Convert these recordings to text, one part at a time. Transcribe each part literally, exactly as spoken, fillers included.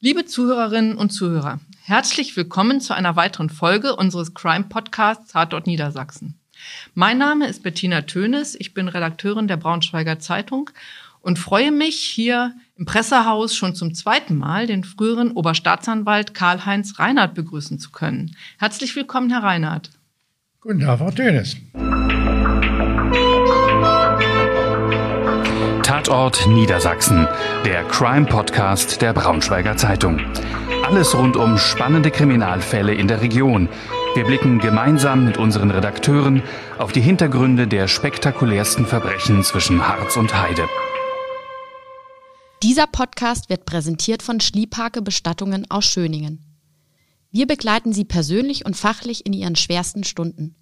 Liebe Zuhörerinnen und Zuhörer, herzlich willkommen zu einer weiteren Folge unseres Crime-Podcasts Tatort Niedersachsen. Mein Name ist Bettina Tönes, ich bin Redakteurin der Braunschweiger Zeitung und freue mich, hier im Pressehaus schon zum zweiten Mal den früheren Oberstaatsanwalt Karl-Heinz Reinhardt begrüßen zu können. Herzlich willkommen, Herr Reinhardt. Guten Tag, Frau Tönes. Tatort Niedersachsen, der Crime-Podcast der Braunschweiger Zeitung. Alles rund um spannende Kriminalfälle in der Region. Wir blicken gemeinsam mit unseren Redakteuren auf die Hintergründe der spektakulärsten Verbrechen zwischen Harz und Heide. Dieser Podcast wird präsentiert von Schliephake Bestattungen aus Schöningen. Wir begleiten Sie persönlich und fachlich in Ihren schwersten Stunden.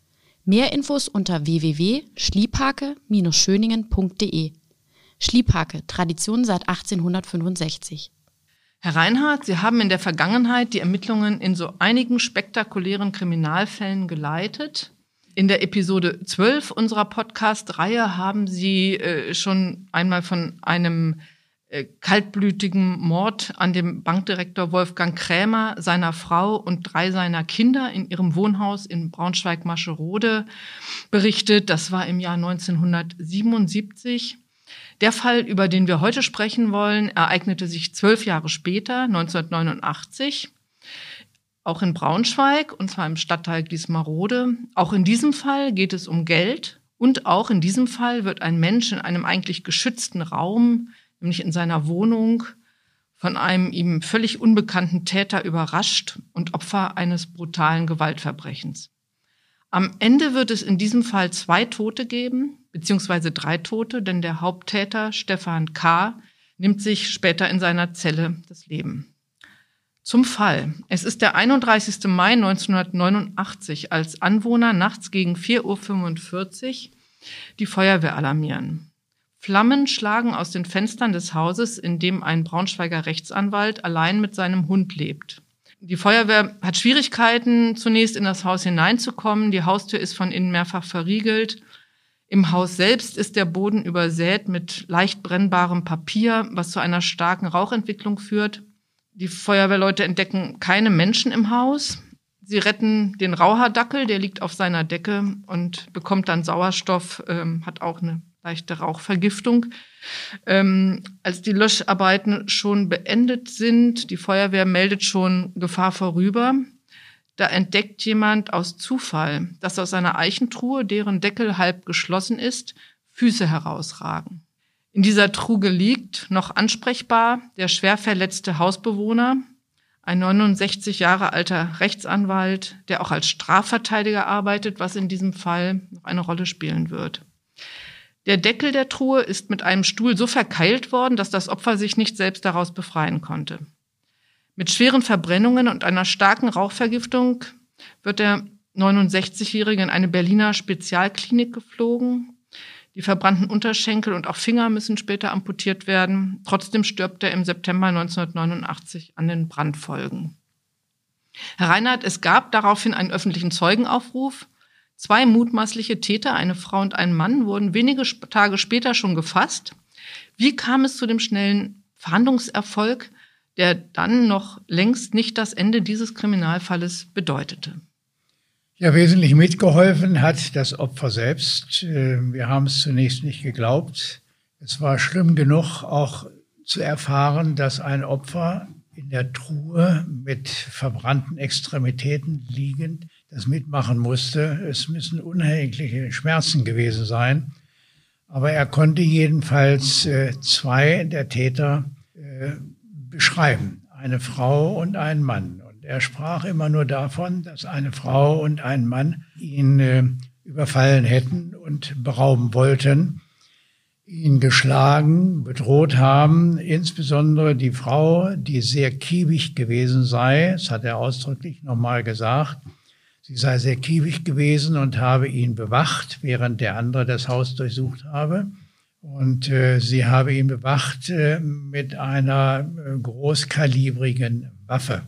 Mehr Infos unter w w w punkt schliephake Bindestrich schöningen punkt d e. Schliephake, Tradition seit achtzehnhundertfünfundsechzig. Herr Reinhardt, Sie haben in der Vergangenheit die Ermittlungen in so einigen spektakulären Kriminalfällen geleitet. In der Episode zwölf unserer Podcast-Reihe haben Sie äh, schon einmal von einem äh, kaltblütigen Mord an dem Bankdirektor Wolfgang Krämer, seiner Frau und drei seiner Kinder in ihrem Wohnhaus in Braunschweig-Mascherode berichtet. Das war im Jahr neunzehnhundertsiebenundsiebzig. Der Fall, über den wir heute sprechen wollen, ereignete sich zwölf Jahre später, neunzehnhundertneunundachtzig, auch in Braunschweig, und zwar im Stadtteil Gliesmarode. Auch in diesem Fall geht es um Geld und auch in diesem Fall wird ein Mensch in einem eigentlich geschützten Raum, nämlich in seiner Wohnung, von einem ihm völlig unbekannten Täter überrascht und Opfer eines brutalen Gewaltverbrechens. Am Ende wird es in diesem Fall zwei Tote geben, beziehungsweise drei Tote, denn der Haupttäter, Stefan K., nimmt sich später in seiner Zelle das Leben. Zum Fall. Es ist der einunddreißigster Mai neunzehnhundertneunundachtzig, als Anwohner nachts gegen vier Uhr fünfundvierzig die Feuerwehr alarmieren. Flammen schlagen aus den Fenstern des Hauses, in dem ein Braunschweiger Rechtsanwalt allein mit seinem Hund lebt. Die Feuerwehr hat Schwierigkeiten, zunächst in das Haus hineinzukommen. Die Haustür ist von innen mehrfach verriegelt. Im Haus selbst ist der Boden übersät mit leicht brennbarem Papier, was zu einer starken Rauchentwicklung führt. Die Feuerwehrleute entdecken keine Menschen im Haus. Sie retten den Rauhaardackel, der liegt auf seiner Decke und bekommt dann Sauerstoff, ähm, hat auch eine leichte Rauchvergiftung. Ähm, als die Löscharbeiten schon beendet sind, die Feuerwehr meldet schon Gefahr vorüber, da entdeckt jemand aus Zufall, dass aus einer Eichentruhe, deren Deckel halb geschlossen ist, Füße herausragen. In dieser Truhe liegt, noch ansprechbar, der schwer verletzte Hausbewohner, ein neunundsechzig Jahre alter Rechtsanwalt, der auch als Strafverteidiger arbeitet, was in diesem Fall noch eine Rolle spielen wird. Der Deckel der Truhe ist mit einem Stuhl so verkeilt worden, dass das Opfer sich nicht selbst daraus befreien konnte. Mit schweren Verbrennungen und einer starken Rauchvergiftung wird der neunundsechzigjährige in eine Berliner Spezialklinik geflogen. Die verbrannten Unterschenkel und auch Finger müssen später amputiert werden. Trotzdem stirbt er im September neunzehnhundertneunundachtzig an den Brandfolgen. Herr Reinhardt, es gab daraufhin einen öffentlichen Zeugenaufruf. Zwei mutmaßliche Täter, eine Frau und ein Mann, wurden wenige Tage später schon gefasst. Wie kam es zu dem schnellen Verhandlungserfolg, der dann noch längst nicht das Ende dieses Kriminalfalles bedeutete? Ja, wesentlich mitgeholfen hat das Opfer selbst. Wir haben es zunächst nicht geglaubt. Es war schlimm genug, auch zu erfahren, dass ein Opfer in der Truhe mit verbrannten Extremitäten liegend das mitmachen musste. Es müssen unerhebliche Schmerzen gewesen sein. Aber er konnte jedenfalls äh, zwei der Täter äh, beschreiben, eine Frau und einen Mann. Und er sprach immer nur davon, dass eine Frau und ein Mann ihn äh, überfallen hätten und berauben wollten, ihn geschlagen, bedroht haben, insbesondere die Frau, die sehr kiebig gewesen sei, das hat er ausdrücklich nochmal gesagt. Sie sei sehr kiebig gewesen und habe ihn bewacht, während der andere das Haus durchsucht habe. Und äh, sie habe ihn bewacht äh, mit einer äh, großkalibrigen Waffe,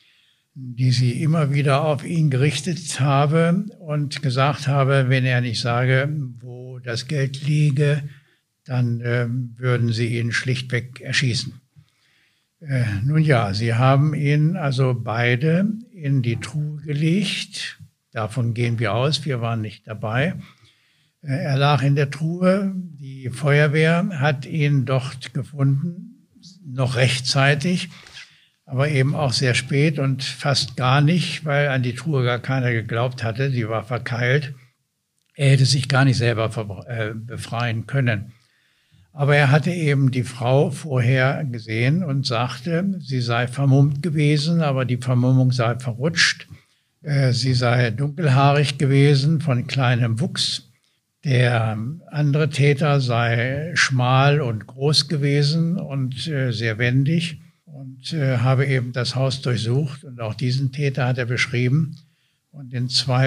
die sie immer wieder auf ihn gerichtet habe und gesagt habe, wenn er nicht sage, wo das Geld liege, dann äh, würden sie ihn schlichtweg erschießen. Äh, nun ja, sie haben ihn also beide in die Truhe gelegt. Davon gehen wir aus, wir waren nicht dabei. Äh, er lag in der Truhe. Die Feuerwehr hat ihn dort gefunden, noch rechtzeitig, aber eben auch sehr spät und fast gar nicht, weil an die Truhe gar keiner geglaubt hatte. Sie war verkeilt. Er hätte sich gar nicht selber befreien können. Aber er hatte eben die Frau vorher gesehen und sagte, sie sei vermummt gewesen, aber die Vermummung sei verrutscht. Sie sei dunkelhaarig gewesen, von kleinem Wuchs. Der andere Täter sei schmal und groß gewesen und sehr wendig und habe eben das Haus durchsucht. Und auch diesen Täter hat er beschrieben. Und in zwei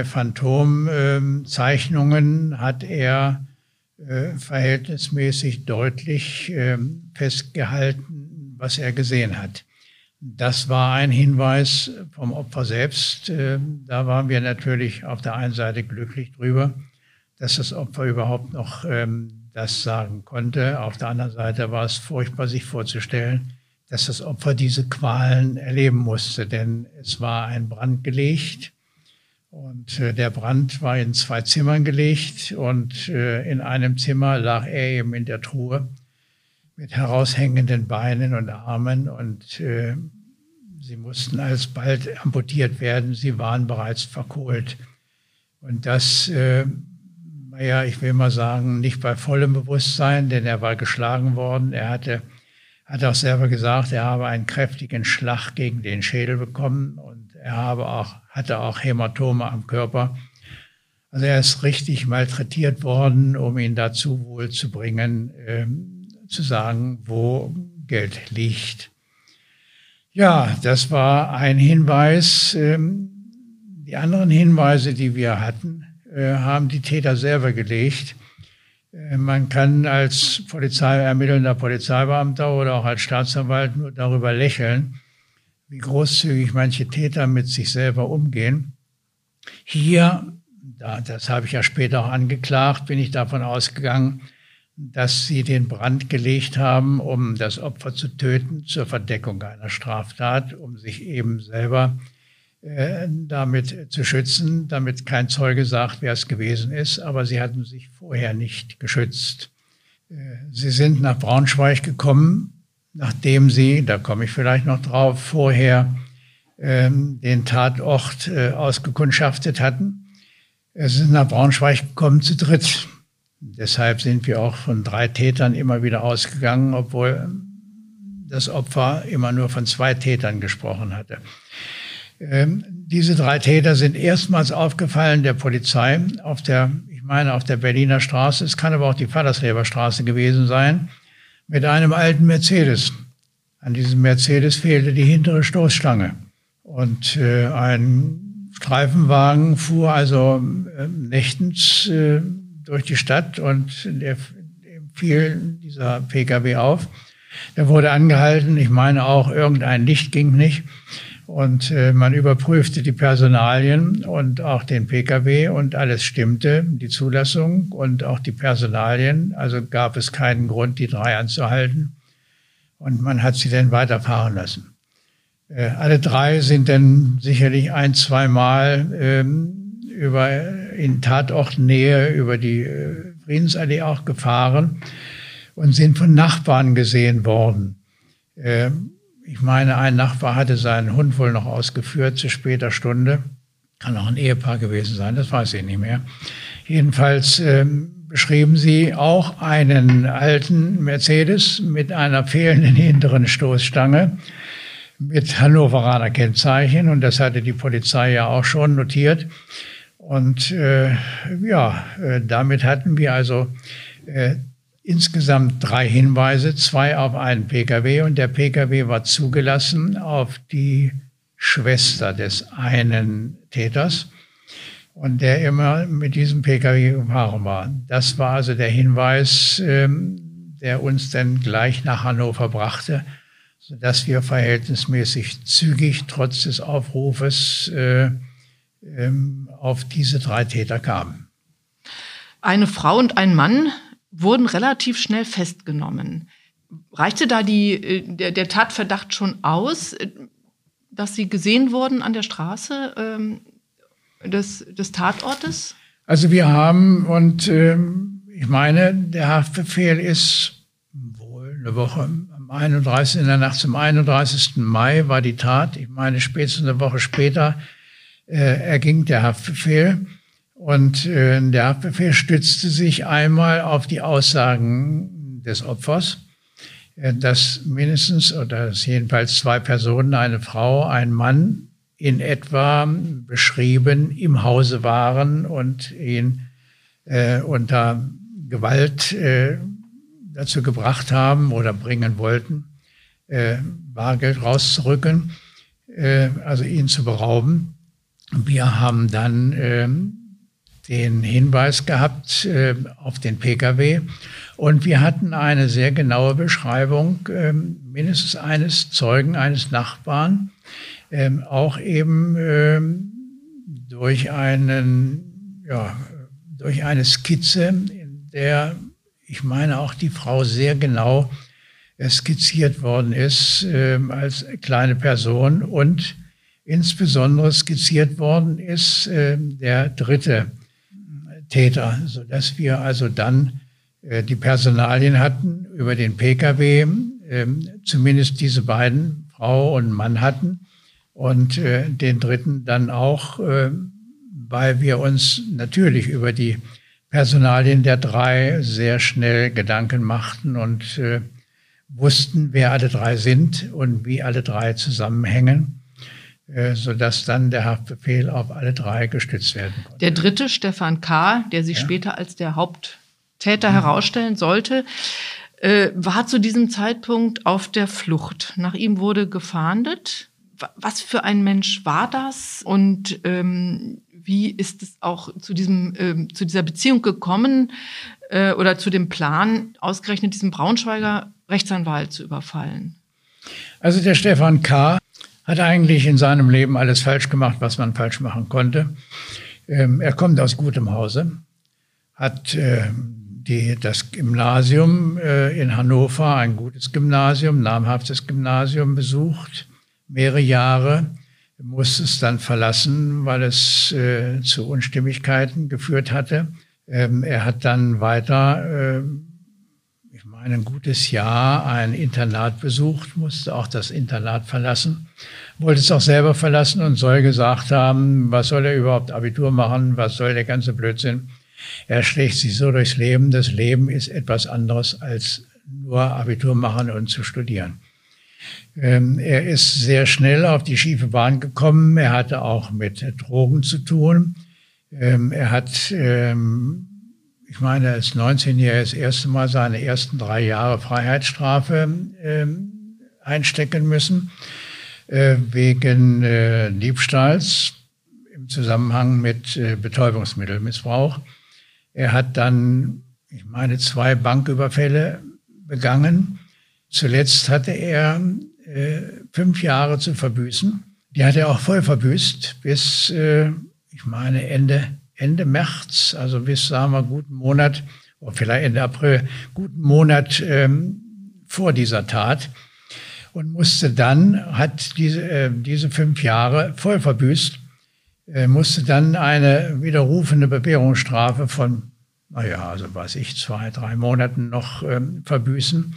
Phantomzeichnungen hat er Äh, verhältnismäßig deutlich äh, festgehalten, was er gesehen hat. Das war ein Hinweis vom Opfer selbst. Äh, da waren wir natürlich auf der einen Seite glücklich drüber, dass das Opfer überhaupt noch ähm, das sagen konnte. Auf der anderen Seite war es furchtbar, sich vorzustellen, dass das Opfer diese Qualen erleben musste, denn es war ein Brand gelegt. Und äh, der Brand war in zwei Zimmern gelegt und äh, in einem Zimmer lag er eben in der Truhe mit heraushängenden Beinen und Armen und äh, sie mussten alsbald amputiert werden. Sie waren bereits verkohlt. Und das, äh, naja, ich will mal sagen, nicht bei vollem Bewusstsein, denn er war geschlagen worden. Er hatte, hat auch selber gesagt, er habe einen kräftigen Schlag gegen den Schädel bekommen und er habe auch, hatte auch Hämatome am Körper. Also er ist richtig malträtiert worden, um ihn dazu wohl zu bringen, ähm, zu sagen, wo Geld liegt. Ja, das war ein Hinweis. Ähm, die anderen Hinweise, die wir hatten, äh, haben die Täter selber gelegt. Äh, man kann als Polizei, ermittelnder Polizeibeamter oder auch als Staatsanwalt nur darüber lächeln, wie großzügig manche Täter mit sich selber umgehen. Hier, das habe ich ja später auch angeklagt, bin ich davon ausgegangen, dass sie den Brand gelegt haben, um das Opfer zu töten, zur Verdeckung einer Straftat, um sich eben selber äh, damit zu schützen, damit kein Zeuge sagt, wer es gewesen ist. Aber sie hatten sich vorher nicht geschützt. Äh, sie sind nach Braunschweig gekommen, nachdem sie, da komme ich vielleicht noch drauf, vorher ähm, den Tatort äh, ausgekundschaftet hatten. Sie sind nach Braunschweig gekommen zu dritt. Deshalb sind wir auch von drei Tätern immer wieder ausgegangen, obwohl das Opfer immer nur von zwei Tätern gesprochen hatte. Ähm, diese drei Täter sind erstmals aufgefallen der Polizei auf der, ich meine auf der Berliner Straße, es kann aber auch die Vadersleber Straße gewesen sein, mit einem alten Mercedes. An diesem Mercedes fehlte die hintere Stoßstange. Und äh, ein Streifenwagen fuhr also äh, nächtens äh, durch die Stadt und der, dem fiel dieser Pkw auf. Der wurde angehalten. Ich meine auch, irgendein Licht ging nicht. Und äh, man überprüfte die Personalien und auch den Pkw und alles stimmte, die Zulassung und auch die Personalien. Also gab es keinen Grund, die drei anzuhalten. Und man hat sie dann weiterfahren lassen. Äh, alle drei sind dann sicherlich ein, zwei Mal ähm, über, in Tatortnähe über die äh, Friedensallee auch gefahren und sind von Nachbarn gesehen worden. Äh, Ich meine, ein Nachbar hatte seinen Hund wohl noch ausgeführt zu später Stunde. Kann auch ein Ehepaar gewesen sein, das weiß ich nicht mehr. Jedenfalls ähm, beschrieben sie auch einen alten Mercedes mit einer fehlenden hinteren Stoßstange mit Hannoveraner Kennzeichen. Und das hatte die Polizei ja auch schon notiert. Und äh, ja, äh, damit hatten wir also äh, insgesamt drei Hinweise, zwei auf einen Pkw und der Pkw war zugelassen auf die Schwester des einen Täters und der immer mit diesem Pkw gefahren war. Das war also der Hinweis, ähm, der uns dann gleich nach Hannover brachte, sodass wir verhältnismäßig zügig trotz des Aufrufes äh, ähm, auf diese drei Täter kamen. Eine Frau und ein Mann wurden relativ schnell festgenommen. Reichte da die, der, der Tatverdacht schon aus, dass Sie gesehen wurden an der Straße ähm, des, des Tatortes? Also wir haben, und ähm, ich meine, der Haftbefehl ist wohl eine Woche am einunddreißigsten in der Nacht zum einunddreißigsten Mai war die Tat. Ich meine, spätestens eine Woche später äh, erging der Haftbefehl. Und äh, der Haftbefehl stützte sich einmal auf die Aussagen des Opfers, äh, dass mindestens oder dass jedenfalls zwei Personen, eine Frau, ein Mann, in etwa beschrieben im Hause waren und ihn äh, unter Gewalt äh, dazu gebracht haben oder bringen wollten, äh, Bargeld rauszurücken, äh, also ihn zu berauben. Wir haben dann äh, den Hinweis gehabt äh, auf den P K W und wir hatten eine sehr genaue Beschreibung äh, mindestens eines Zeugen, eines Nachbarn, Ähm, auch eben ähm, durch einen, ja, durch eine Skizze, in der, ich meine, auch die Frau sehr genau äh, skizziert worden ist äh, als kleine Person und insbesondere skizziert worden ist äh, der dritte Täter, sodass wir also dann äh, die Personalien hatten über den P K W, äh, zumindest diese beiden, Frau und Mann, hatten. Und äh, den dritten dann auch, äh, weil wir uns natürlich über die Personalien der drei sehr schnell Gedanken machten und äh, wussten, wer alle drei sind und wie alle drei zusammenhängen, äh, sodass dann der Haftbefehl auf alle drei gestützt werden konnte. Der dritte, Stefan K., der sich ja. später als der Haupttäter mhm. herausstellen sollte, äh, war zu diesem Zeitpunkt auf der Flucht. Nach ihm wurde gefahndet. Was für ein Mensch war das und ähm, wie ist es auch zu diesem ähm, zu dieser Beziehung gekommen äh, oder zu dem Plan, ausgerechnet diesen Braunschweiger Rechtsanwalt zu überfallen? Also der Stefan K. hat eigentlich in seinem Leben alles falsch gemacht, was man falsch machen konnte. Ähm, er kommt aus gutem Hause, hat äh, die, das Gymnasium äh, in Hannover, ein gutes Gymnasium, namhaftes Gymnasium besucht. Mehrere Jahre, musste es dann verlassen, weil es äh, zu Unstimmigkeiten geführt hatte. Ähm, er hat dann weiter, äh, ich meine, ein gutes Jahr ein Internat besucht, musste auch das Internat verlassen, wollte es auch selber verlassen und soll gesagt haben, was soll er überhaupt Abitur machen, was soll der ganze Blödsinn. Er schlägt sich so durchs Leben. Das Leben ist etwas anderes als nur Abitur machen und zu studieren. Ähm, er ist sehr schnell auf die schiefe Bahn gekommen. Er hatte auch mit Drogen zu tun. Ähm, er hat, ähm, ich meine, als neunzehnjähriger das erste Mal seine ersten drei Jahre Freiheitsstrafe ähm, einstecken müssen, äh, wegen äh, Diebstahls im Zusammenhang mit äh, Betäubungsmittelmissbrauch. Er hat dann, ich meine, zwei Banküberfälle begangen. Zuletzt hatte er äh, fünf Jahre zu verbüßen. Die hat er auch voll verbüßt bis, äh, ich meine, Ende, Ende März, also bis, sagen wir, guten Monat, oder vielleicht Ende April, guten Monat ähm, vor dieser Tat. Und musste dann, hat diese, äh, diese fünf Jahre voll verbüßt, äh, musste dann eine widerrufende Bewährungsstrafe von, naja, also weiß ich, zwei, drei Monaten noch ähm, verbüßen.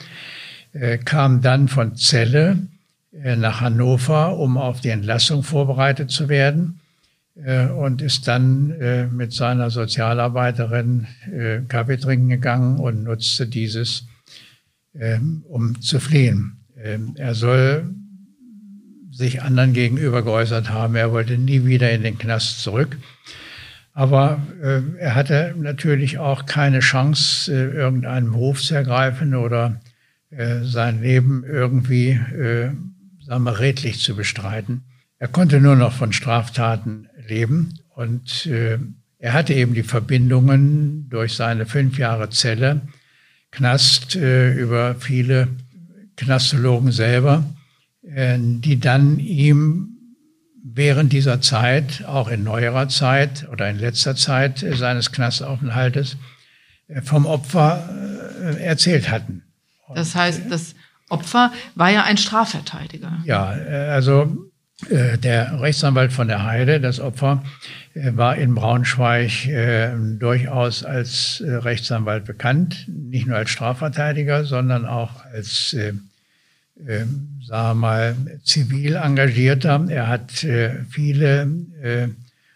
Kam dann von Celle nach Hannover, um auf die Entlassung vorbereitet zu werden und ist dann mit seiner Sozialarbeiterin Kaffee trinken gegangen und nutzte dieses, um zu fliehen. Er soll sich anderen gegenüber geäußert haben, er wollte nie wieder in den Knast zurück. Aber er hatte natürlich auch keine Chance, irgendeinen Beruf zu ergreifen oder sein Leben irgendwie, äh, sagen wir, redlich zu bestreiten. Er konnte nur noch von Straftaten leben und äh, er hatte eben die Verbindungen durch seine fünf Jahre Zelle, Knast, äh, über viele Knastologen selber, äh, die dann ihm während dieser Zeit, auch in neuerer Zeit oder in letzter Zeit äh, seines Knastaufenthaltes, äh, vom Opfer äh, erzählt hatten. Das heißt, das Opfer war ja ein Strafverteidiger. Ja, also äh, der Rechtsanwalt von der Heide, das Opfer, äh, war in Braunschweig äh, durchaus als äh, Rechtsanwalt bekannt. Nicht nur als Strafverteidiger, sondern auch als, äh, äh, sagen wir mal, zivil Engagierter. Er hat äh, viele äh,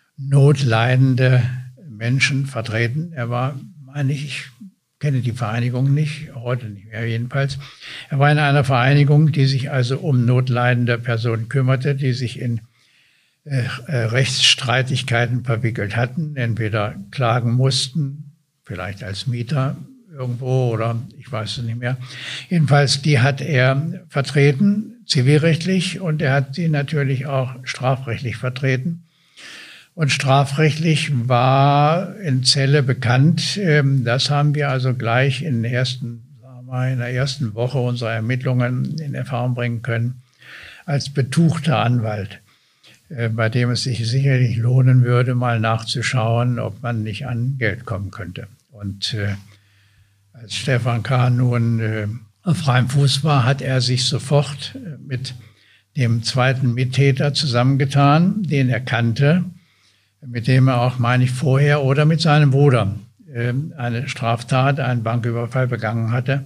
notleidende Menschen vertreten. Er war, meine ich, ich kenne die Vereinigung nicht, heute nicht mehr jedenfalls. Er war in einer Vereinigung, die sich also um notleidende Personen kümmerte, die sich in äh, Rechtsstreitigkeiten verwickelt hatten, entweder klagen mussten, vielleicht als Mieter irgendwo oder ich weiß es nicht mehr. Jedenfalls, die hat er vertreten, zivilrechtlich, und er hat sie natürlich auch strafrechtlich vertreten. Und strafrechtlich war in Celle bekannt, das haben wir also gleich in, den ersten, sagen wir mal, in der ersten Woche unserer Ermittlungen in Erfahrung bringen können, als betuchter Anwalt, bei dem es sich sicherlich lohnen würde, mal nachzuschauen, ob man nicht an Geld kommen könnte. Und äh, als Stefan K. nun äh, auf freiem Fuß war, hat er sich sofort mit dem zweiten Mittäter zusammengetan, den er kannte, mit dem er auch, meine ich, vorher oder mit seinem Bruder äh, eine Straftat, einen Banküberfall begangen hatte.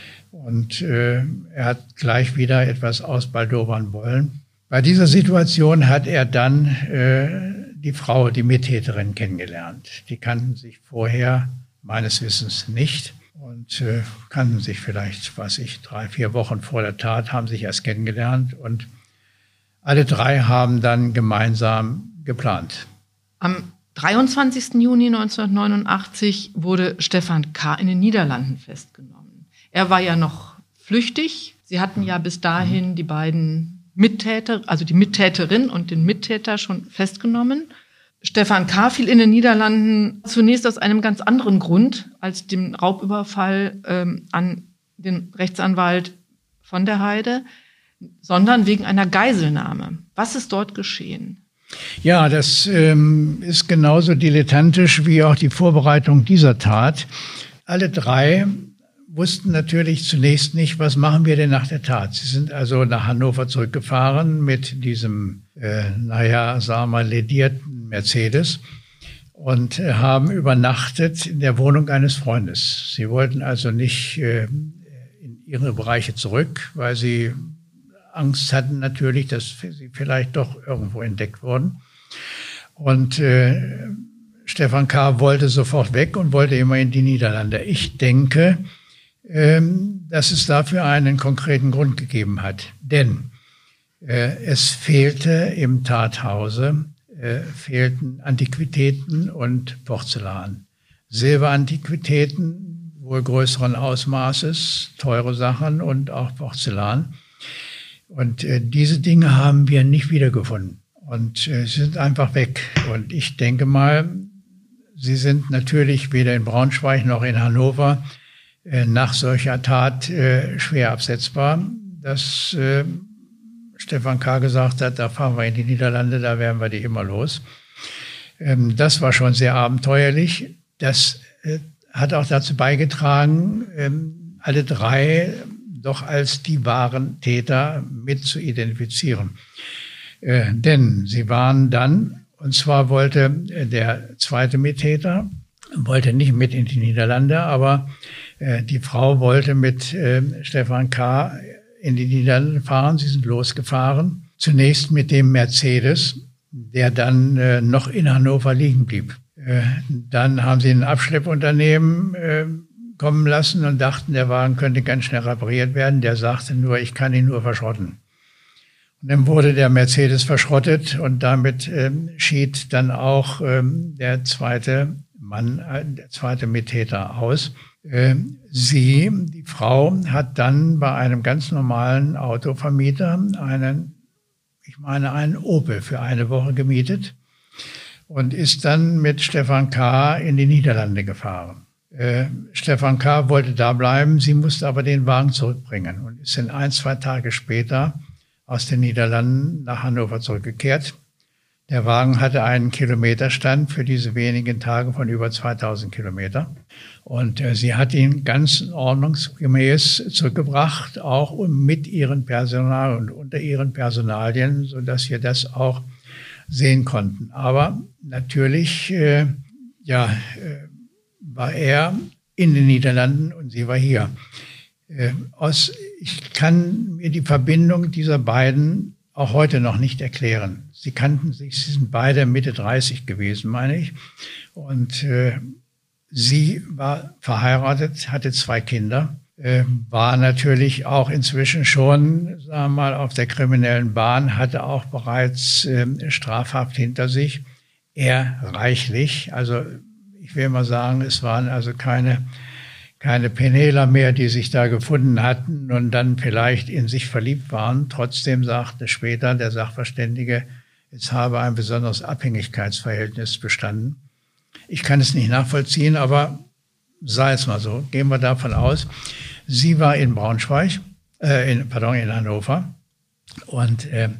Und äh, er hat gleich wieder etwas ausbaldowern wollen. Bei dieser Situation hat er dann äh, die Frau, die Mittäterin, kennengelernt. Die kannten sich vorher meines Wissens nicht und äh, kannten sich vielleicht, was ich, drei, vier Wochen vor der Tat, haben sich erst kennengelernt. Und alle drei haben dann gemeinsam geplant. Am dreiundzwanzigsten Juni neunzehnhundertneunundachtzig wurde Stefan K. in den Niederlanden festgenommen. Er war ja noch flüchtig. Sie hatten ja bis dahin die beiden Mittäter, also die Mittäterin und den Mittäter schon festgenommen. Stefan K. fiel in den Niederlanden zunächst aus einem ganz anderen Grund als dem Raubüberfall ähm, an den Rechtsanwalt von der Heide, sondern wegen einer Geiselnahme. Was ist dort geschehen? Ja, das ähm, ist genauso dilettantisch wie auch die Vorbereitung dieser Tat. Alle drei wussten natürlich zunächst nicht, was machen wir denn nach der Tat. Sie sind also nach Hannover zurückgefahren mit diesem, äh, naja, sagen wir mal, ledierten Mercedes und äh, haben übernachtet in der Wohnung eines Freundes. Sie wollten also nicht äh, in ihre Bereiche zurück, weil sie Angst hatten natürlich, dass sie vielleicht doch irgendwo entdeckt wurden. Und äh, Stefan K. wollte sofort weg und wollte immer in die Niederlande. Ich denke, ähm, dass es dafür einen konkreten Grund gegeben hat. Denn äh, es fehlte im Tathause, äh, fehlten Antiquitäten und Porzellan. Silberantiquitäten, wohl größeren Ausmaßes, teure Sachen und auch Porzellan. Und äh, diese Dinge haben wir nicht wiedergefunden und äh, sind einfach weg. Und ich denke mal, sie sind natürlich weder in Braunschweig noch in Hannover äh, nach solcher Tat äh, schwer absetzbar. Dass äh, Stefan K. gesagt hat, da fahren wir in die Niederlande, da werden wir die immer los. Ähm, das war schon sehr abenteuerlich. Das äh, hat auch dazu beigetragen, ähm, alle drei doch als die wahren Täter mit zu identifizieren. Äh, denn sie waren dann, und zwar wollte der zweite Mittäter, wollte nicht mit in die Niederlande, aber äh, die Frau wollte mit äh, Stefan K. in die Niederlande fahren. Sie sind losgefahren, zunächst mit dem Mercedes, der dann äh, noch in Hannover liegen blieb. Äh, dann haben sie ein Abschleppunternehmen äh, kommen lassen und dachten, der Wagen könnte ganz schnell repariert werden. Der sagte nur, ich kann ihn nur verschrotten. Und dann wurde der Mercedes verschrottet und damit ähm, schied dann auch ähm, der zweite Mann, äh, der zweite Mittäter aus. Ähm, sie, die Frau, hat dann bei einem ganz normalen Autovermieter einen, ich meine, einen Opel für eine Woche gemietet und ist dann mit Stefan K. in die Niederlande gefahren. Äh, Stefan K. wollte da bleiben, sie musste aber den Wagen zurückbringen und ist dann ein, zwei Tage später aus den Niederlanden nach Hannover zurückgekehrt. Der Wagen hatte einen Kilometerstand für diese wenigen Tage von über zweitausend Kilometer. Und äh, sie hat ihn ganz ordnungsgemäß zurückgebracht, auch mit ihrem Personal und unter ihren Personalien, sodass wir das auch sehen konnten. Aber natürlich äh, ja, äh, war er in den Niederlanden und sie war hier. Äh, aus, ich kann mir die Verbindung dieser beiden auch heute noch nicht erklären. Sie kannten sich, sie sind beide Mitte dreißig gewesen, meine ich. Und äh, sie war verheiratet, hatte zwei Kinder, äh, war natürlich auch inzwischen schon, sagen wir mal, auf der kriminellen Bahn, hatte auch bereits äh, Strafhaft hinter sich. Er reichlich, also ich will mal sagen, es waren also keine keine Penela mehr, die sich da gefunden hatten und dann vielleicht in sich verliebt waren. Trotzdem sagte später der Sachverständige, es habe ein besonderes Abhängigkeitsverhältnis bestanden. Ich kann es nicht nachvollziehen, aber sei es mal so, gehen wir davon aus. Sie war in Braunschweig, äh, in, pardon, in Hannover und äh,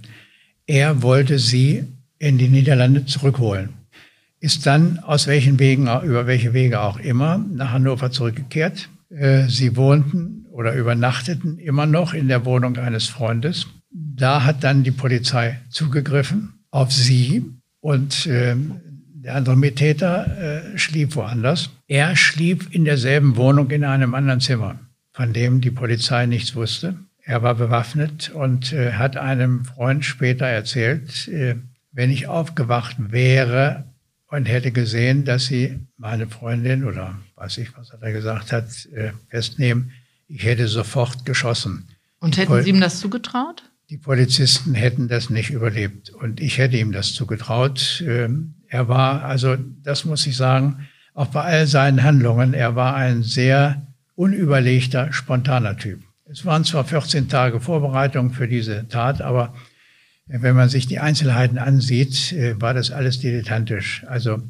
er wollte sie in die Niederlande zurückholen. Ist dann aus welchen Wegen, über welche Wege auch immer, nach Hannover zurückgekehrt. Sie wohnten oder übernachteten immer noch in der Wohnung eines Freundes. Da hat dann die Polizei zugegriffen auf sie und äh, der andere Mittäter äh, schlief woanders. Er schlief in derselben Wohnung in einem anderen Zimmer, von dem die Polizei nichts wusste. Er war bewaffnet und äh, hat einem Freund später erzählt, äh, wenn ich aufgewacht wäre, und hätte gesehen, dass sie meine Freundin oder weiß ich, was er da gesagt hat, festnehmen, ich hätte sofort geschossen. Und hätten Pol- Sie ihm das zugetraut? Die Polizisten hätten das nicht überlebt und ich hätte ihm das zugetraut. Er war, also das muss ich sagen, auch bei all seinen Handlungen, er war ein sehr unüberlegter, spontaner Typ. Es waren zwar vierzehn Tage Vorbereitung für diese Tat, aber wenn man sich die Einzelheiten ansieht, war das alles dilettantisch. Also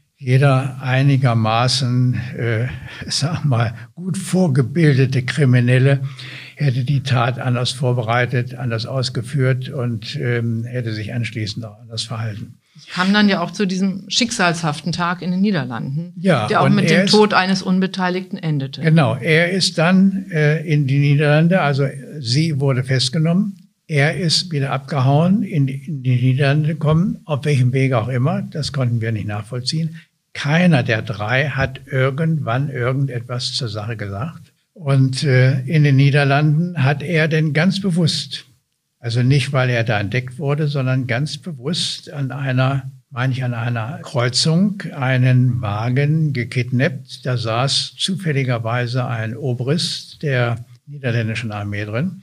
jeder einigermaßen, äh, sag mal, gut vorgebildete Kriminelle hätte die Tat anders vorbereitet, anders ausgeführt und ähm, hätte sich anschließend auch anders verhalten. Es kam dann ja auch zu diesem schicksalshaften Tag in den Niederlanden, ja, der auch mit dem ist, Tod eines Unbeteiligten endete. Genau, er ist dann äh, in die Niederlande, also sie wurde festgenommen. Er ist wieder abgehauen, in die, in die Niederlande gekommen, auf welchem Wege auch immer, das konnten wir nicht nachvollziehen. Keiner der drei hat irgendwann irgendetwas zur Sache gesagt. Und äh, in den Niederlanden hat er denn ganz bewusst, also nicht, weil er da entdeckt wurde, sondern ganz bewusst an einer, meine ich, an einer Kreuzung einen Wagen gekidnappt. Da saß zufälligerweise ein Obrist der niederländischen Armee drin.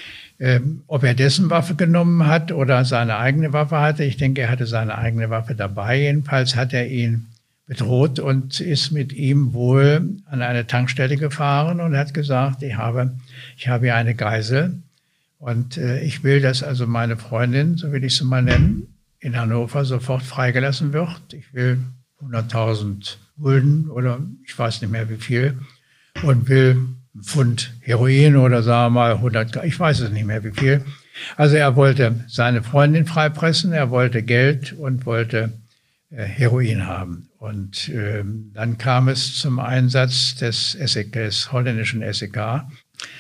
Ähm, ob er dessen Waffe genommen hat oder seine eigene Waffe hatte, ich denke, er hatte seine eigene Waffe dabei. Jedenfalls hat er ihn bedroht und ist mit ihm wohl an eine Tankstelle gefahren und hat gesagt, ich habe, ich habe hier eine Geisel und äh, ich will, dass also meine Freundin, so will ich sie mal nennen, in Hannover sofort freigelassen wird. Ich will hunderttausend Gulden oder ich weiß nicht mehr wie viel und will Pfund Heroin oder sagen wir mal hundert, ich weiß es nicht mehr wie viel. Also er wollte seine Freundin freipressen, er wollte Geld und wollte äh, Heroin haben. Und äh, dann kam es zum Einsatz des, S E K, des holländischen S E K.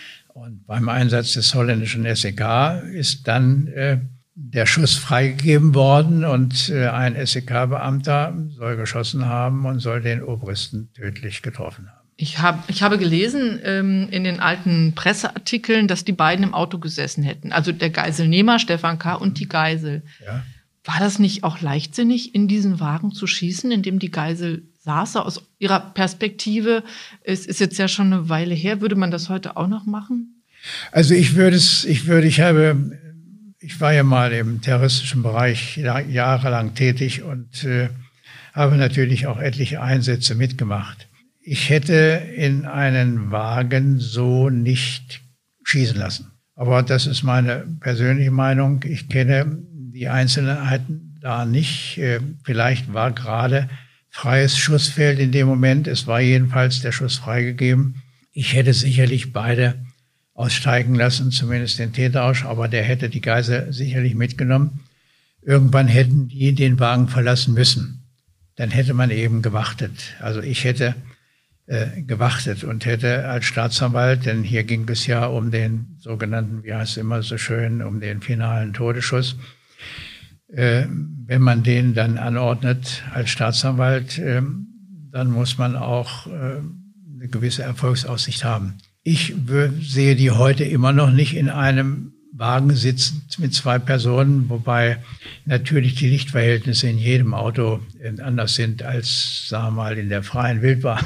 Und beim Einsatz des holländischen S E K ist dann äh, der Schuss freigegeben worden und äh, ein S E K-Beamter soll geschossen haben und soll den Obristen tödlich getroffen haben. Ich, hab, ich habe gelesen ähm, in den alten Presseartikeln, dass die beiden im Auto gesessen hätten. Also der Geiselnehmer, Stefan K. und die Geisel. Ja. War das nicht auch leichtsinnig, in diesen Wagen zu schießen, in dem die Geisel saß? Aus Ihrer Perspektive, es ist jetzt ja schon eine Weile her, würde man das heute auch noch machen? Also ich würde es, ich würde, ich habe, ich war ja mal im terroristischen Bereich jahrelang tätig und äh, habe natürlich auch etliche Einsätze mitgemacht. Ich hätte in einen Wagen so nicht schießen lassen. Aber das ist meine persönliche Meinung. Ich kenne die Einzelheiten da nicht. Vielleicht war gerade freies Schussfeld in dem Moment. Es war jedenfalls der Schuss freigegeben. Ich hätte sicherlich beide aussteigen lassen, zumindest den Täter aus, aber der hätte die Geisel sicherlich mitgenommen. irgendwann hätten die den Wagen verlassen müssen. Dann hätte man eben gewartet. Also ich hätte äh, gewartet und hätte als Staatsanwalt, denn hier ging es ja um den sogenannten, wie heißt es immer so schön, um den finalen Todesschuss. Äh, wenn man den dann anordnet als Staatsanwalt, äh, dann muss man auch äh, eine gewisse Erfolgsaussicht haben. Ich sehe die heute immer noch nicht in einem Wagen sitzend mit zwei Personen, wobei natürlich die Lichtverhältnisse in jedem Auto anders sind als, sagen wir mal, in der freien Wildbahn.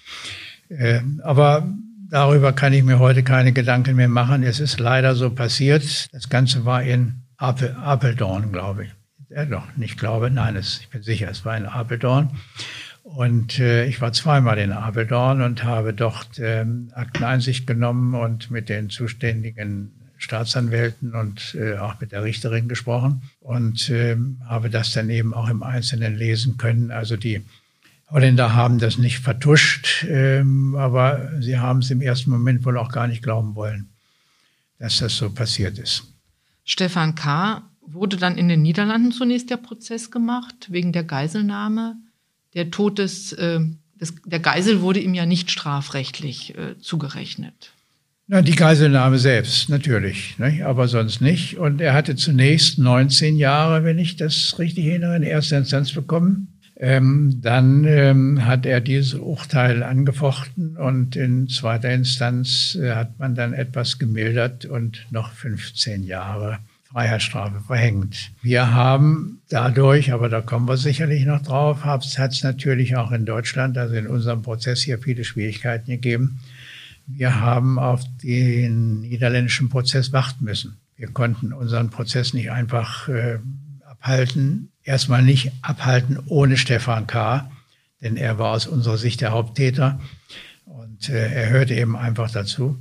Äh, aber darüber kann ich mir heute keine Gedanken mehr machen. Es ist leider so passiert. Das Ganze war in Apel, Apeldoorn, glaube ich. Ja, doch, nicht glaube, nein, es, ich bin sicher, es war in Apeldoorn. Und äh, ich war zweimal in Apeldoorn und habe dort äh, Akteneinsicht genommen und mit den zuständigen Staatsanwälten und äh, auch mit der Richterin gesprochen und äh, habe das dann eben auch im Einzelnen lesen können. Also die Holländer haben das nicht vertuscht, äh, aber sie haben es im ersten Moment wohl auch gar nicht glauben wollen, dass das so passiert ist. Stefan K. wurde dann in den Niederlanden zunächst der Prozess gemacht, wegen der Geiselnahme. Der Tod des, äh, des, der Geisel wurde ihm ja nicht strafrechtlich äh, zugerechnet. Na, die Geiselnahme selbst, natürlich, ne? Aber sonst nicht. Und er hatte zunächst neunzehn Jahre, wenn ich das richtig erinnere, in erster Instanz bekommen. Ähm, dann ähm, hat er dieses Urteil angefochten und in zweiter Instanz äh, hat man dann etwas gemildert und noch fünfzehn Jahre Freiheitsstrafe verhängt. Wir haben dadurch, aber da kommen wir sicherlich noch drauf, hat es natürlich auch in Deutschland, also in unserem Prozess hier viele Schwierigkeiten gegeben. Wir haben auf den niederländischen Prozess warten müssen. Wir konnten unseren Prozess nicht einfach äh, abhalten. Erstmal nicht abhalten ohne Stefan K., denn er war aus unserer Sicht der Haupttäter und äh, er hörte eben einfach dazu.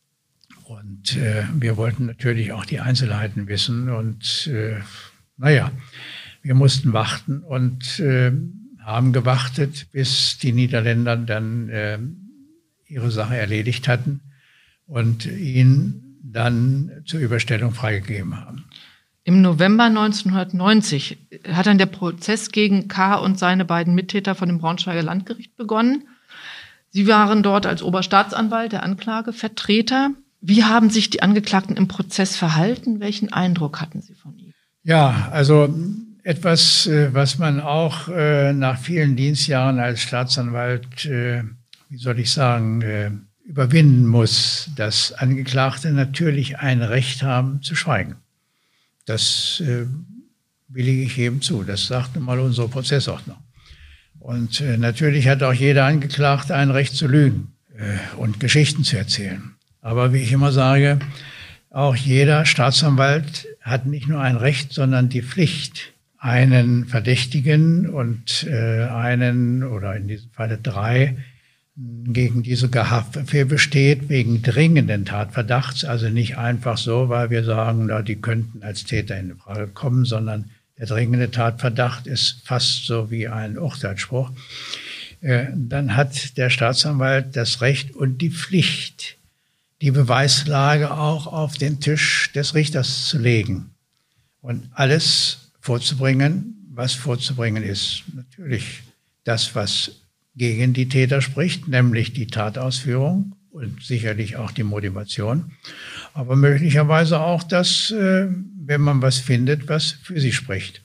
Und äh, wir wollten natürlich auch die Einzelheiten wissen und äh, naja, wir mussten warten und äh, haben gewartet, bis die Niederländer dann äh, ihre Sache erledigt hatten und ihn dann zur Überstellung freigegeben haben. Im November neunzehnhundertneunzig hat dann der Prozess gegen K. und seine beiden Mittäter von dem Braunschweiger Landgericht begonnen. Sie waren dort als Oberstaatsanwalt der Anklagevertreter. Wie haben sich die Angeklagten im Prozess verhalten? Welchen Eindruck hatten Sie von ihnen? Ja, also etwas, was man auch nach vielen Dienstjahren als Staatsanwalt, wie soll ich sagen, überwinden muss, dass Angeklagte natürlich ein Recht haben zu schweigen. Das willige ich jedem zu. Das sagt nun mal unsere Prozessordnung. Und natürlich hat auch jeder Angeklagte ein Recht zu lügen und Geschichten zu erzählen. Aber wie ich immer sage, auch jeder Staatsanwalt hat nicht nur ein Recht, sondern die Pflicht, einen Verdächtigen und äh, einen oder in diesem Falle drei, gegen die sogar Haftbefehl besteht, wegen dringenden Tatverdachts, also nicht einfach so, weil wir sagen, na, die könnten als Täter in Frage kommen, sondern der dringende Tatverdacht ist fast so wie ein Urteilsspruch. Äh, dann hat der Staatsanwalt das Recht und die Pflicht, die Beweislage auch auf den Tisch des Richters zu legen und alles vorzubringen, was vorzubringen ist. Natürlich das, was gegen die Täter spricht, nämlich die Tatausführung und sicherlich auch die Motivation, aber möglicherweise auch das, wenn man was findet, was für sie spricht.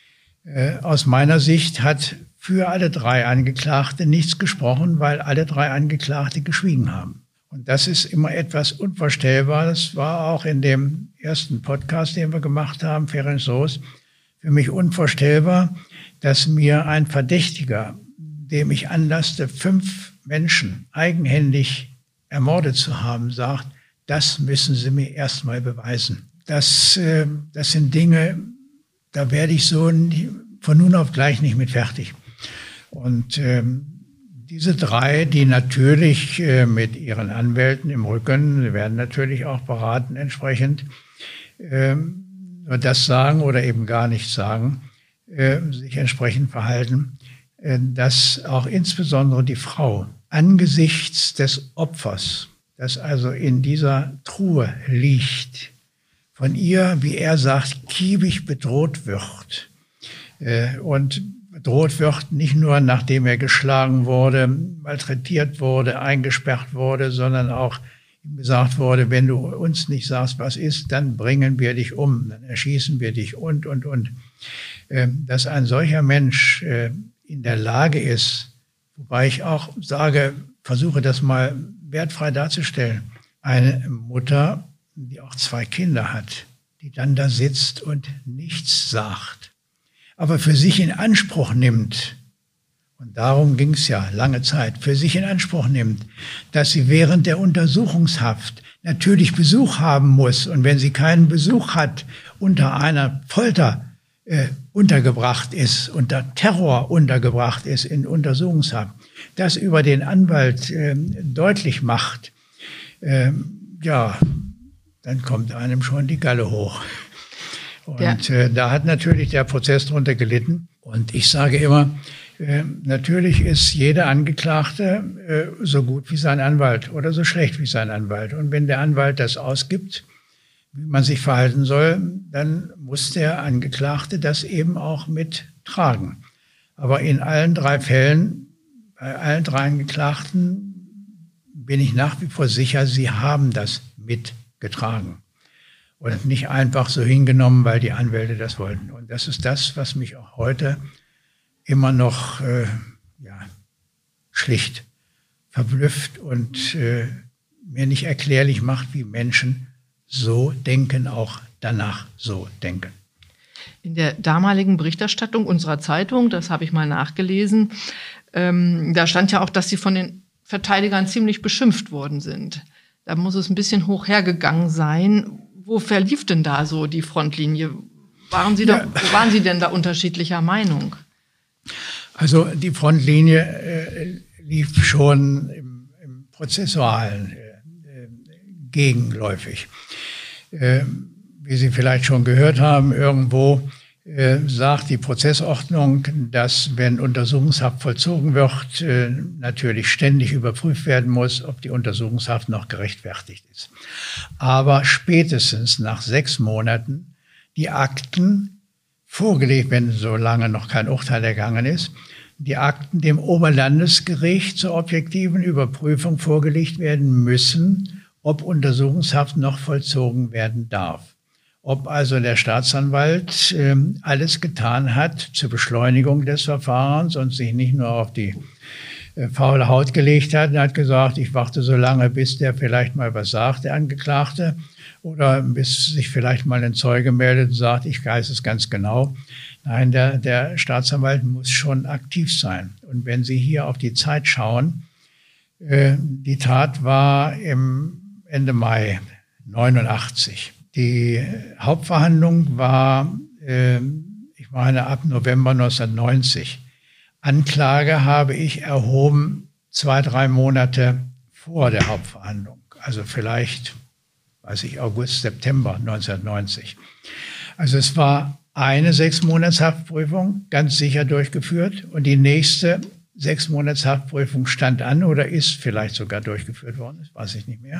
Aus meiner Sicht hat für alle drei Angeklagte nichts gesprochen, weil alle drei Angeklagte geschwiegen haben. Und das ist immer etwas unvorstellbar. Das war auch in dem ersten Podcast, den wir gemacht haben, Ferenc Soos, für mich unvorstellbar, dass mir ein Verdächtiger, dem ich anlasste, fünf Menschen eigenhändig ermordet zu haben, sagt, das müssen Sie mir erstmal beweisen. Das, äh, das sind Dinge, da werde ich so von nun auf gleich nicht mit fertig. Und ähm, diese drei, die natürlich äh, mit ihren Anwälten im Rücken, sie werden natürlich auch beraten entsprechend, äh, nur das sagen oder eben gar nicht sagen, äh, sich entsprechend verhalten, äh, dass auch insbesondere die Frau angesichts des Opfers, das also in dieser Truhe liegt, von ihr, wie er sagt, kiebig bedroht wird. Äh, und bedroht wird nicht nur, nachdem er geschlagen wurde, malträtiert wurde, eingesperrt wurde, sondern auch ihm gesagt wurde, wenn du uns nicht sagst, was ist, dann bringen wir dich um, dann erschießen wir dich und, und, und. Äh, dass ein solcher Mensch äh, in der Lage ist, wobei ich auch sage, versuche das mal wertfrei darzustellen, eine Mutter, die auch zwei Kinder hat, die dann da sitzt und nichts sagt, aber für sich in Anspruch nimmt, und darum ging es ja lange Zeit, für sich in Anspruch nimmt, dass sie während der Untersuchungshaft natürlich Besuch haben muss und wenn sie keinen Besuch hat, unter einer Folter äh, untergebracht ist, unter Terror untergebracht ist in Untersuchungshaft, das über den Anwalt äh, deutlich macht, äh, ja, dann kommt einem schon die Galle hoch. Und ja. äh, da hat natürlich der Prozess drunter gelitten. Und ich sage immer, äh, natürlich ist jeder Angeklagte äh, so gut wie sein Anwalt oder so schlecht wie sein Anwalt. Und wenn der Anwalt das ausgibt, wie man sich verhalten soll, dann muss der Angeklagte das eben auch mittragen. Aber in allen drei Fällen, bei allen drei Angeklagten, bin ich nach wie vor sicher, sie haben das mitgetragen. Und nicht einfach so hingenommen, weil die Anwälte das wollten. Und das ist das, was mich auch heute immer noch äh, ja, schlicht verblüfft und äh, mir nicht erklärlich macht, wie Menschen so denken, auch danach so denken. In der damaligen Berichterstattung unserer Zeitung, das habe ich mal nachgelesen, ähm, da stand ja auch, dass Sie von den Verteidigern ziemlich beschimpft worden sind. Da muss es ein bisschen hoch hergegangen sein. Wo verlief denn da so die Frontlinie? Waren Sie, da, ja. wo waren Sie denn da unterschiedlicher Meinung? Also die Frontlinie äh, lief schon im, im Prozessualen äh, gegenläufig. Äh, wie Sie vielleicht schon gehört haben, irgendwo äh, sagt die Prozessordnung, dass, wenn Untersuchungshaft vollzogen wird, äh, natürlich ständig überprüft werden muss, ob die Untersuchungshaft noch gerechtfertigt ist. Aber spätestens nach sechs Monaten die Akten vorgelegt, wenn so lange noch kein Urteil ergangen ist, die Akten dem Oberlandesgericht zur objektiven Überprüfung vorgelegt werden müssen, ob Untersuchungshaft noch vollzogen werden darf. Ob also der Staatsanwalt äh, alles getan hat zur Beschleunigung des Verfahrens und sich nicht nur auf die äh, faule Haut gelegt hat und hat gesagt, ich warte so lange, bis der vielleicht mal was sagt, der Angeklagte, oder bis sich vielleicht mal ein Zeuge meldet und sagt, ich weiß es ganz genau. Nein, der, der Staatsanwalt muss schon aktiv sein. Und wenn Sie hier auf die Zeit schauen, äh, die Tat war im Ende Mai neunundachtzig. Die Hauptverhandlung war, äh, ich meine, ab November neunzehnhundertneunzig. Anklage habe ich erhoben zwei, drei Monate vor der Hauptverhandlung. Also vielleicht, weiß ich, August, September neunzehnhundertneunzig. Also es war eine Sechsmonatshaftprüfung ganz sicher durchgeführt und die nächste Sechsmonatshaftprüfung stand an oder ist vielleicht sogar durchgeführt worden, das weiß ich nicht mehr.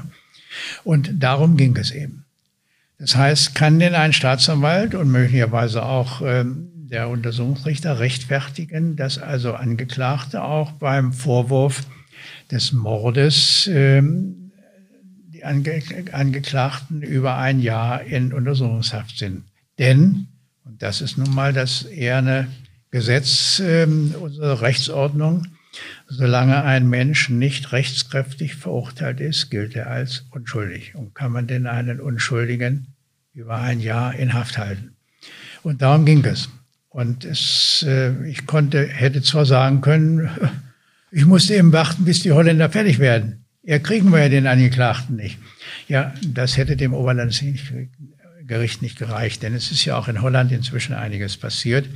Und darum ging es eben. Das heißt, kann denn ein Staatsanwalt und möglicherweise auch ähm, der Untersuchungsrichter rechtfertigen, dass also Angeklagte auch beim Vorwurf des Mordes ähm, die Ange Angeklagten über ein Jahr in Untersuchungshaft sind? Denn, und das ist nun mal das eherne Gesetz, ähm, unsere Rechtsordnung, solange ein Mensch nicht rechtskräftig verurteilt ist, gilt er als unschuldig. Und kann man denn einen Unschuldigen über ein Jahr in Haft halten? Und darum ging es. Und es, äh, ich konnte, hätte zwar sagen können, ich musste eben warten, bis die Holländer fertig werden. Ja, kriegen wir ja den Angeklagten nicht. Ja, das hätte dem Oberlandesgericht nicht gereicht, denn es ist ja auch in Holland inzwischen einiges passiert.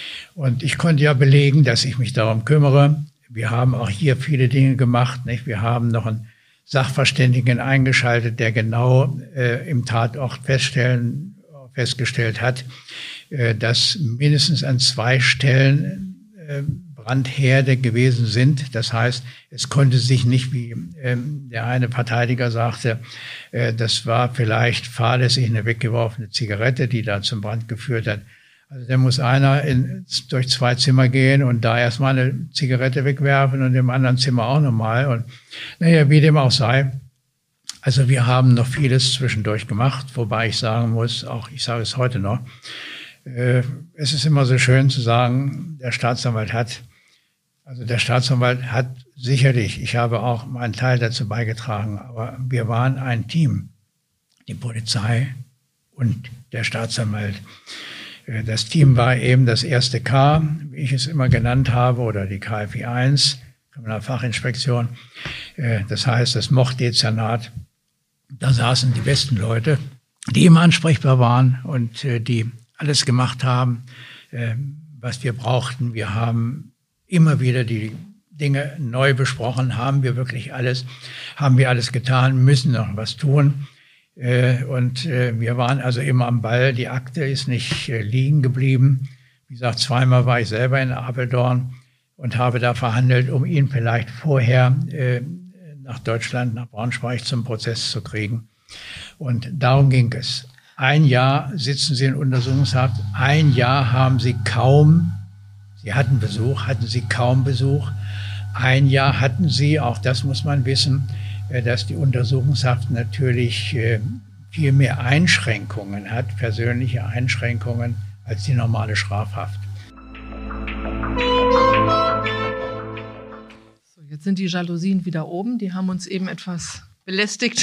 Und ich konnte ja belegen, dass ich mich darum kümmere. Wir haben auch hier viele Dinge gemacht, nicht? Wir haben noch einen Sachverständigen eingeschaltet, der genau äh, im Tatort feststellen, festgestellt hat, äh, dass mindestens an zwei Stellen äh, Brandherde gewesen sind. Das heißt, es konnte sich nicht, wie ähm, der eine Verteidiger sagte, äh, das war vielleicht fahrlässig eine weggeworfene Zigarette, die da zum Brand geführt hat. Also da muss einer in, durch zwei Zimmer gehen und da erstmal eine Zigarette wegwerfen und im anderen Zimmer auch nochmal. Und naja, wie dem auch sei. Also wir haben noch vieles zwischendurch gemacht, wobei ich sagen muss, auch ich sage es heute noch, äh, es ist immer so schön zu sagen, der Staatsanwalt hat, also der Staatsanwalt hat sicherlich, ich habe auch meinen Teil dazu beigetragen, aber wir waren ein Team, die Polizei und der Staatsanwalt. Das Team war eben das erste K, wie ich es immer genannt habe, oder die K F I eins, Kriminalfachinspektion. Das heißt, das Morddezernat. Da saßen die besten Leute, die immer ansprechbar waren und die alles gemacht haben, was wir brauchten. Wir haben immer wieder die Dinge neu besprochen. Haben wir wirklich alles, haben wir alles getan, müssen noch was tun. Und wir waren also immer am Ball. Die Akte ist nicht liegen geblieben. Wie gesagt, zweimal war ich selber in Apeldoorn und habe da verhandelt, um ihn vielleicht vorher nach Deutschland, nach Braunschweig zum Prozess zu kriegen. Und darum ging es. Ein Jahr sitzen Sie in Untersuchungshaft. Ein Jahr haben Sie kaum, Sie hatten Besuch, hatten Sie kaum Besuch. Ein Jahr hatten Sie, auch das muss man wissen, dass die Untersuchungshaft natürlich viel mehr Einschränkungen hat, persönliche Einschränkungen, als die normale Strafhaft. So, jetzt sind die Jalousien wieder oben. Die haben uns eben etwas belästigt.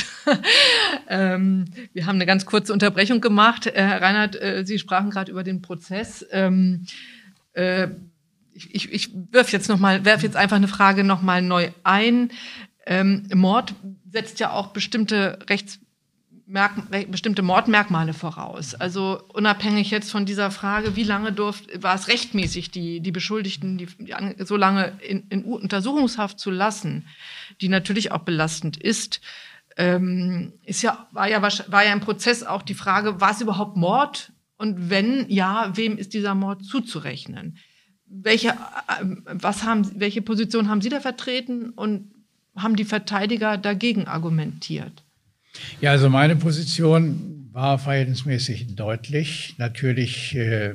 ähm, wir haben eine ganz kurze Unterbrechung gemacht. Äh, Herr Reinhardt, äh, Sie sprachen gerade über den Prozess. Ähm, äh, ich ich, ich werfe jetzt, noch mal, werf jetzt einfach eine Frage noch mal neu ein. Ähm, Mord setzt ja auch bestimmte Rechtsmerk bestimmte Mordmerkmale voraus. Also unabhängig jetzt von dieser Frage, wie lange durft, war es rechtmäßig, die, die Beschuldigten die, die, so lange in, in Untersuchungshaft zu lassen, die natürlich auch belastend ist, ähm, ist ja, war, ja, war ja im Prozess auch die Frage, war es überhaupt Mord? Und wenn ja, wem ist dieser Mord zuzurechnen? Welche, äh, was haben, welche Position haben Sie da vertreten und haben die Verteidiger dagegen argumentiert? Ja, also meine Position war verhältnismäßig deutlich. Natürlich äh,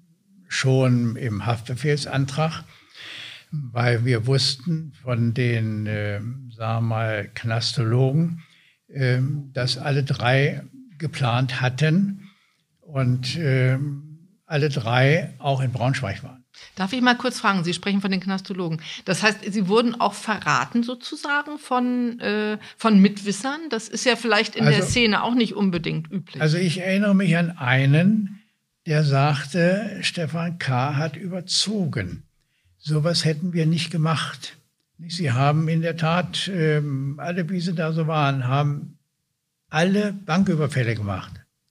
schon im Haftbefehlsantrag, weil wir wussten von den, äh, sagen wir mal, Knastologen, äh, dass alle drei geplant hatten und äh, alle drei auch in Braunschweig waren. Darf ich mal kurz fragen, Sie sprechen von den Knastologen. Das heißt, Sie wurden auch verraten sozusagen von, äh, von Mitwissern? Das ist ja vielleicht in also, der Szene auch nicht unbedingt üblich. Also ich erinnere mich an einen, der sagte, Stefan K. hat überzogen. Sowas hätten wir nicht gemacht. Sie haben in der Tat, ähm, alle, wie sie da so waren, haben alle Banküberfälle gemacht.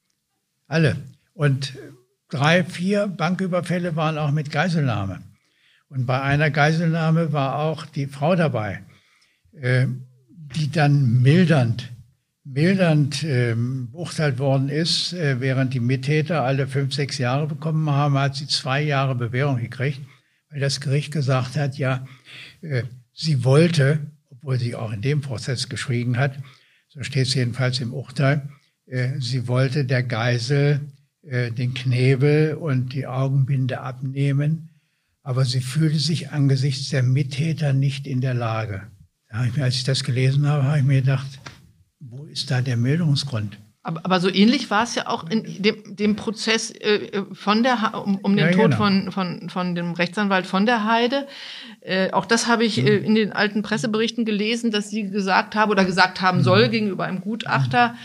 Alle. Und Drei, vier Banküberfälle waren auch mit Geiselnahme. Und bei einer Geiselnahme war auch die Frau dabei, äh, die dann mildernd, mildernd äh, beurteilt worden ist. Äh, während die Mittäter alle fünf, sechs Jahre bekommen haben, hat sie zwei Jahre Bewährung gekriegt, weil das Gericht gesagt hat, ja, äh, sie wollte, obwohl sie auch in dem Prozess geschwiegen hat, so steht es jedenfalls im Urteil, äh, sie wollte der Geisel den Knebel und die Augenbinde abnehmen, aber sie fühlte sich angesichts der Mittäter nicht in der Lage. Da habe ich mir, als ich das gelesen habe, habe ich mir gedacht, wo ist da der Milderungsgrund? Aber, aber so ähnlich war es ja auch in dem, dem Prozess äh, von der, um, um den ja, Tod genau. von, von, von dem Rechtsanwalt von der Heide. Äh, auch das habe ich äh, in den alten Presseberichten gelesen, dass sie gesagt habe oder gesagt haben soll mhm. gegenüber einem Gutachter,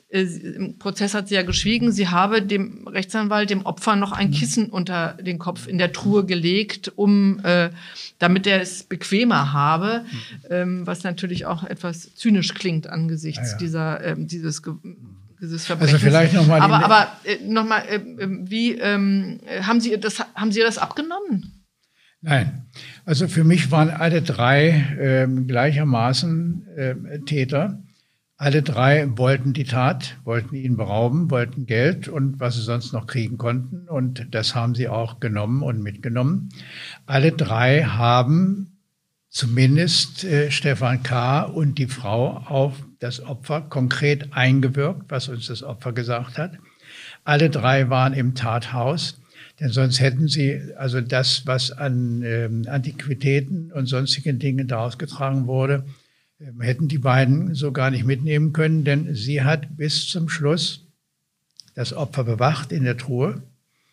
im Prozess hat sie ja geschwiegen, sie habe dem Rechtsanwalt, dem Opfer, noch ein Kissen unter den Kopf in der Truhe gelegt, um, äh, damit er es bequemer habe, ähm, was natürlich auch etwas zynisch klingt angesichts ja, ja. dieser, ähm, dieses, dieses Verbrechens. Also vielleicht noch mal aber aber äh, noch mal, äh, wie ähm, haben Sie das, haben Sie das abgenommen? Nein, also für mich waren alle drei äh, gleichermaßen äh, Täter. Alle drei wollten die Tat, wollten ihn berauben, wollten Geld und was sie sonst noch kriegen konnten. Und das haben sie auch genommen und mitgenommen. Alle drei haben zumindest äh, Stefan K. und die Frau auf das Opfer konkret eingewirkt, was uns das Opfer gesagt hat. Alle drei waren im Tathaus, denn sonst hätten sie also das, was an ähm, Antiquitäten und sonstigen Dingen daraus getragen wurde, hätten die beiden so gar nicht mitnehmen können, denn sie hat bis zum Schluss das Opfer bewacht in der Truhe.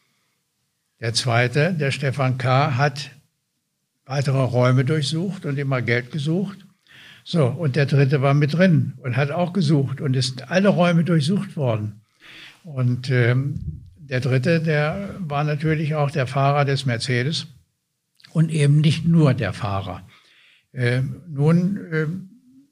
Der zweite, der Stefan K., hat weitere Räume durchsucht und immer Geld gesucht. So, und der dritte war mit drin und hat auch gesucht und ist alle Räume durchsucht worden. Und ähm, der dritte, der war natürlich auch der Fahrer des Mercedes und eben nicht nur der Fahrer. Ähm, nun ähm,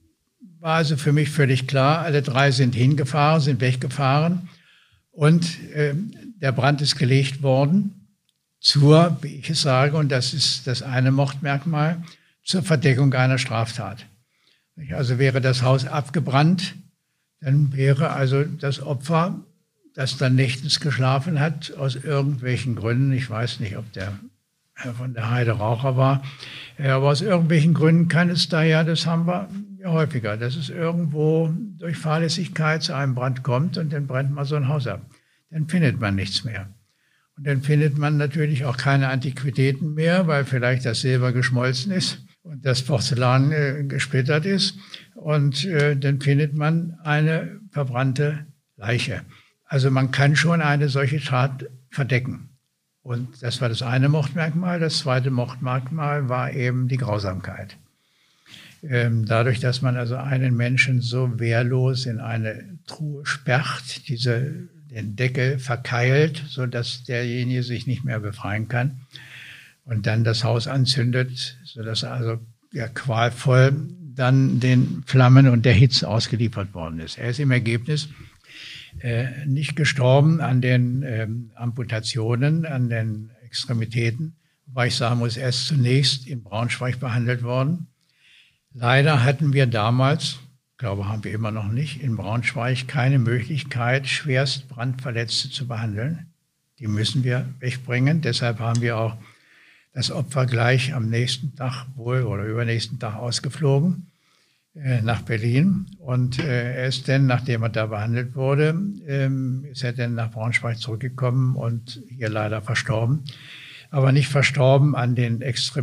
war also für mich völlig klar, alle drei sind hingefahren, sind weggefahren und äh, der Brand ist gelegt worden zur, wie ich es sage, und das ist das eine Mordmerkmal, zur Verdeckung einer Straftat. Also wäre das Haus abgebrannt, dann wäre also das Opfer, das dann nächtens geschlafen hat, aus irgendwelchen Gründen, ich weiß nicht, ob der von der Heide Raucher war, aber aus irgendwelchen Gründen kann es da ja, das haben wir ja häufiger, dass es irgendwo durch Fahrlässigkeit zu einem Brand kommt und dann brennt man so ein Haus ab. Dann findet man nichts mehr. Und dann findet man natürlich auch keine Antiquitäten mehr, weil vielleicht das Silber geschmolzen ist und das Porzellan äh, gesplittert ist. Und äh, dann findet man eine verbrannte Leiche. Also man kann schon eine solche Tat verdecken. Und das war das eine Mordmerkmal. Das zweite Mordmerkmal war eben die Grausamkeit. Ähm, dadurch, dass man also einen Menschen so wehrlos in eine Truhe sperrt, diese, den Deckel verkeilt, sodass derjenige sich nicht mehr befreien kann und dann das Haus anzündet, sodass er also ja, qualvoll dann den Flammen und der Hitze ausgeliefert worden ist. Er ist im Ergebnis Äh, nicht gestorben an den ähm, Amputationen, an den Extremitäten, wobei ich sagen muss, er ist zunächst in Braunschweig behandelt worden. Leider hatten wir damals, glaube haben wir immer noch nicht, in Braunschweig keine Möglichkeit, schwerst Brandverletzte zu behandeln. Die müssen wir wegbringen. Deshalb haben wir auch das Opfer gleich am nächsten Tag wohl oder übernächsten Tag ausgeflogen nach Berlin und äh, er ist dann, nachdem er da behandelt wurde, ähm, ist er dann nach Braunschweig zurückgekommen und hier leider verstorben. Aber nicht verstorben an den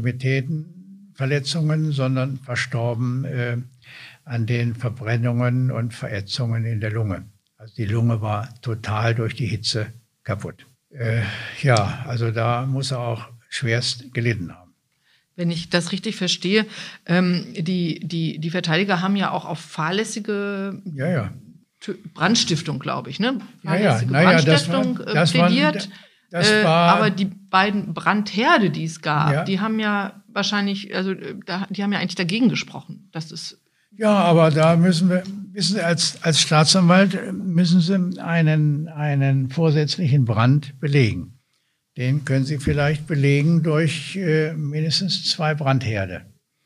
Extremitätenverletzungen, sondern verstorben äh, an den Verbrennungen und Verätzungen in der Lunge. Also die Lunge war total durch die Hitze kaputt. Äh, ja, also da muss er auch schwerst gelitten haben. Wenn ich das richtig verstehe, ähm, die, die, die Verteidiger haben ja auch auf fahrlässige ja, ja. Brandstiftung, glaube ich, ne? Fahrlässige ja, ja. Naja, Brandstiftung das war, das plädiert. War, das äh, war, aber die beiden Brandherde, die es gab, ja. die haben ja wahrscheinlich, also die haben ja eigentlich dagegen gesprochen. Das ist ja, aber da müssen wir, wissen Sie, als, als Staatsanwalt müssen Sie einen, einen vorsätzlichen Brand belegen. Den können Sie vielleicht belegen durch äh, mindestens zwei Brandherde.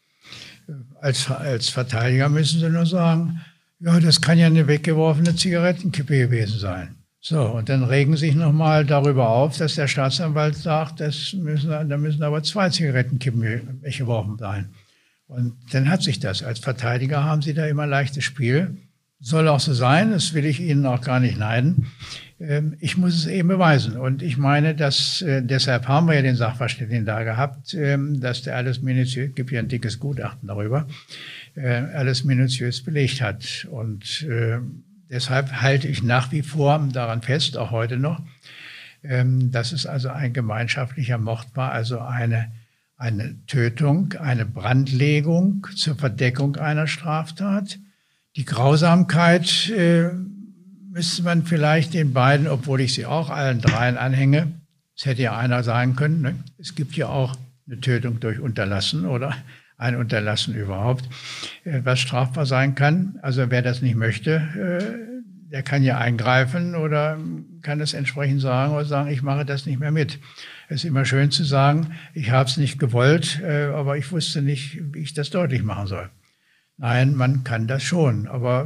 Als, als Verteidiger müssen Sie nur sagen, ja, das kann ja eine weggeworfene Zigarettenkippe gewesen sein. So, und dann regen Sie sich nochmal darüber auf, dass der Staatsanwalt sagt, das müssen, da müssen aber zwei Zigarettenkippen weggeworfen sein. Und dann hat sich das. Als Verteidiger haben Sie da immer leichtes Spiel. Soll auch so sein, das will ich Ihnen auch gar nicht neiden. Ich muss es eben beweisen. Und ich meine, dass äh, deshalb haben wir ja den Sachverständigen da gehabt, äh, dass der alles minutiös, gibt ja ein dickes Gutachten darüber, äh, alles minutiös belegt hat. Und äh, deshalb halte ich nach wie vor daran fest, auch heute noch, äh, dass es also ein gemeinschaftlicher Mord war, also eine, eine Tötung, eine Brandlegung zur Verdeckung einer Straftat. Die Grausamkeit äh, müsste man vielleicht den beiden, obwohl ich sie auch allen dreien anhänge, es hätte ja einer sagen können, ne? Es gibt ja auch eine Tötung durch Unterlassen oder ein Unterlassen überhaupt, äh, was strafbar sein kann. Also wer das nicht möchte, äh, der kann ja eingreifen oder kann es entsprechend sagen oder sagen, ich mache das nicht mehr mit. Es ist immer schön zu sagen, ich habe es nicht gewollt, äh, aber ich wusste nicht, wie ich das deutlich machen soll. Nein, man kann das schon, aber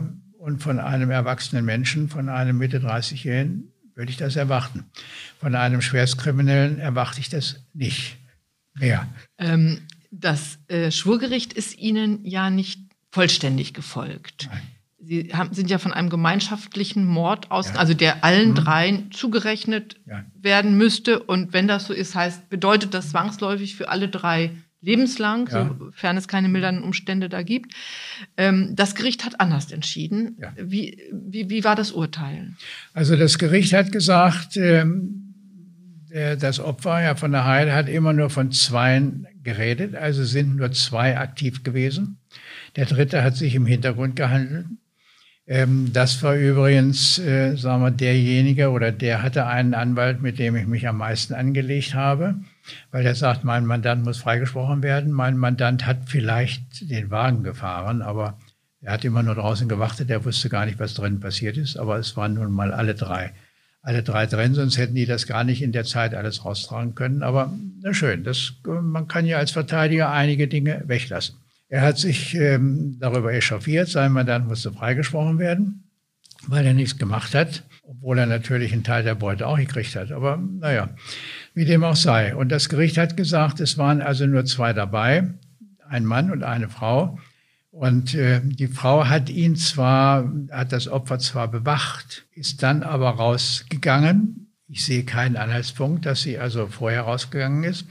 Und von einem erwachsenen Menschen, von einem Mitte dreißigjährigen, würde ich das erwarten. Von einem Schwerstkriminellen erwarte ich das nicht mehr. Ähm, das äh, Schwurgericht ist Ihnen ja nicht vollständig gefolgt. Nein. Sie haben, sind ja von einem gemeinschaftlichen Mord aus, Ja. also der allen Mhm. dreien zugerechnet Ja. werden müsste. Und wenn das so ist, heißt, bedeutet das zwangsläufig für alle drei lebenslang, Ja. sofern es keine mildernden Umstände da gibt. Ähm, das Gericht hat anders entschieden. Ja. Wie, wie, wie war das Urteil? Also das Gericht hat gesagt, ähm, der, das Opfer, Herr von der Heide, hat immer nur von zweien geredet, also sind nur zwei aktiv gewesen. Der dritte hat sich im Hintergrund gehandelt. Ähm, das war übrigens, äh, sagen wir, derjenige oder der hatte einen Anwalt, mit dem ich mich am meisten angelegt habe, weil er sagt, mein Mandant muss freigesprochen werden. Mein Mandant hat vielleicht den Wagen gefahren, aber er hat immer nur draußen gewartet. Er wusste gar nicht, was drin passiert ist, aber es waren nun mal alle drei. Alle drei drin, sonst hätten die das gar nicht in der Zeit alles raustragen können. Aber na schön, das, man kann ja als Verteidiger einige Dinge weglassen. Er hat sich ähm, darüber echauffiert, sein Mandant musste freigesprochen werden, weil er nichts gemacht hat, obwohl er natürlich einen Teil der Beute auch gekriegt hat. Aber naja, wie dem auch sei. Und das Gericht hat gesagt, es waren also nur zwei dabei, ein Mann und eine Frau. Und äh, die Frau hat ihn zwar, hat das Opfer zwar bewacht, ist dann aber rausgegangen. Ich sehe keinen Anhaltspunkt, dass sie also vorher rausgegangen ist.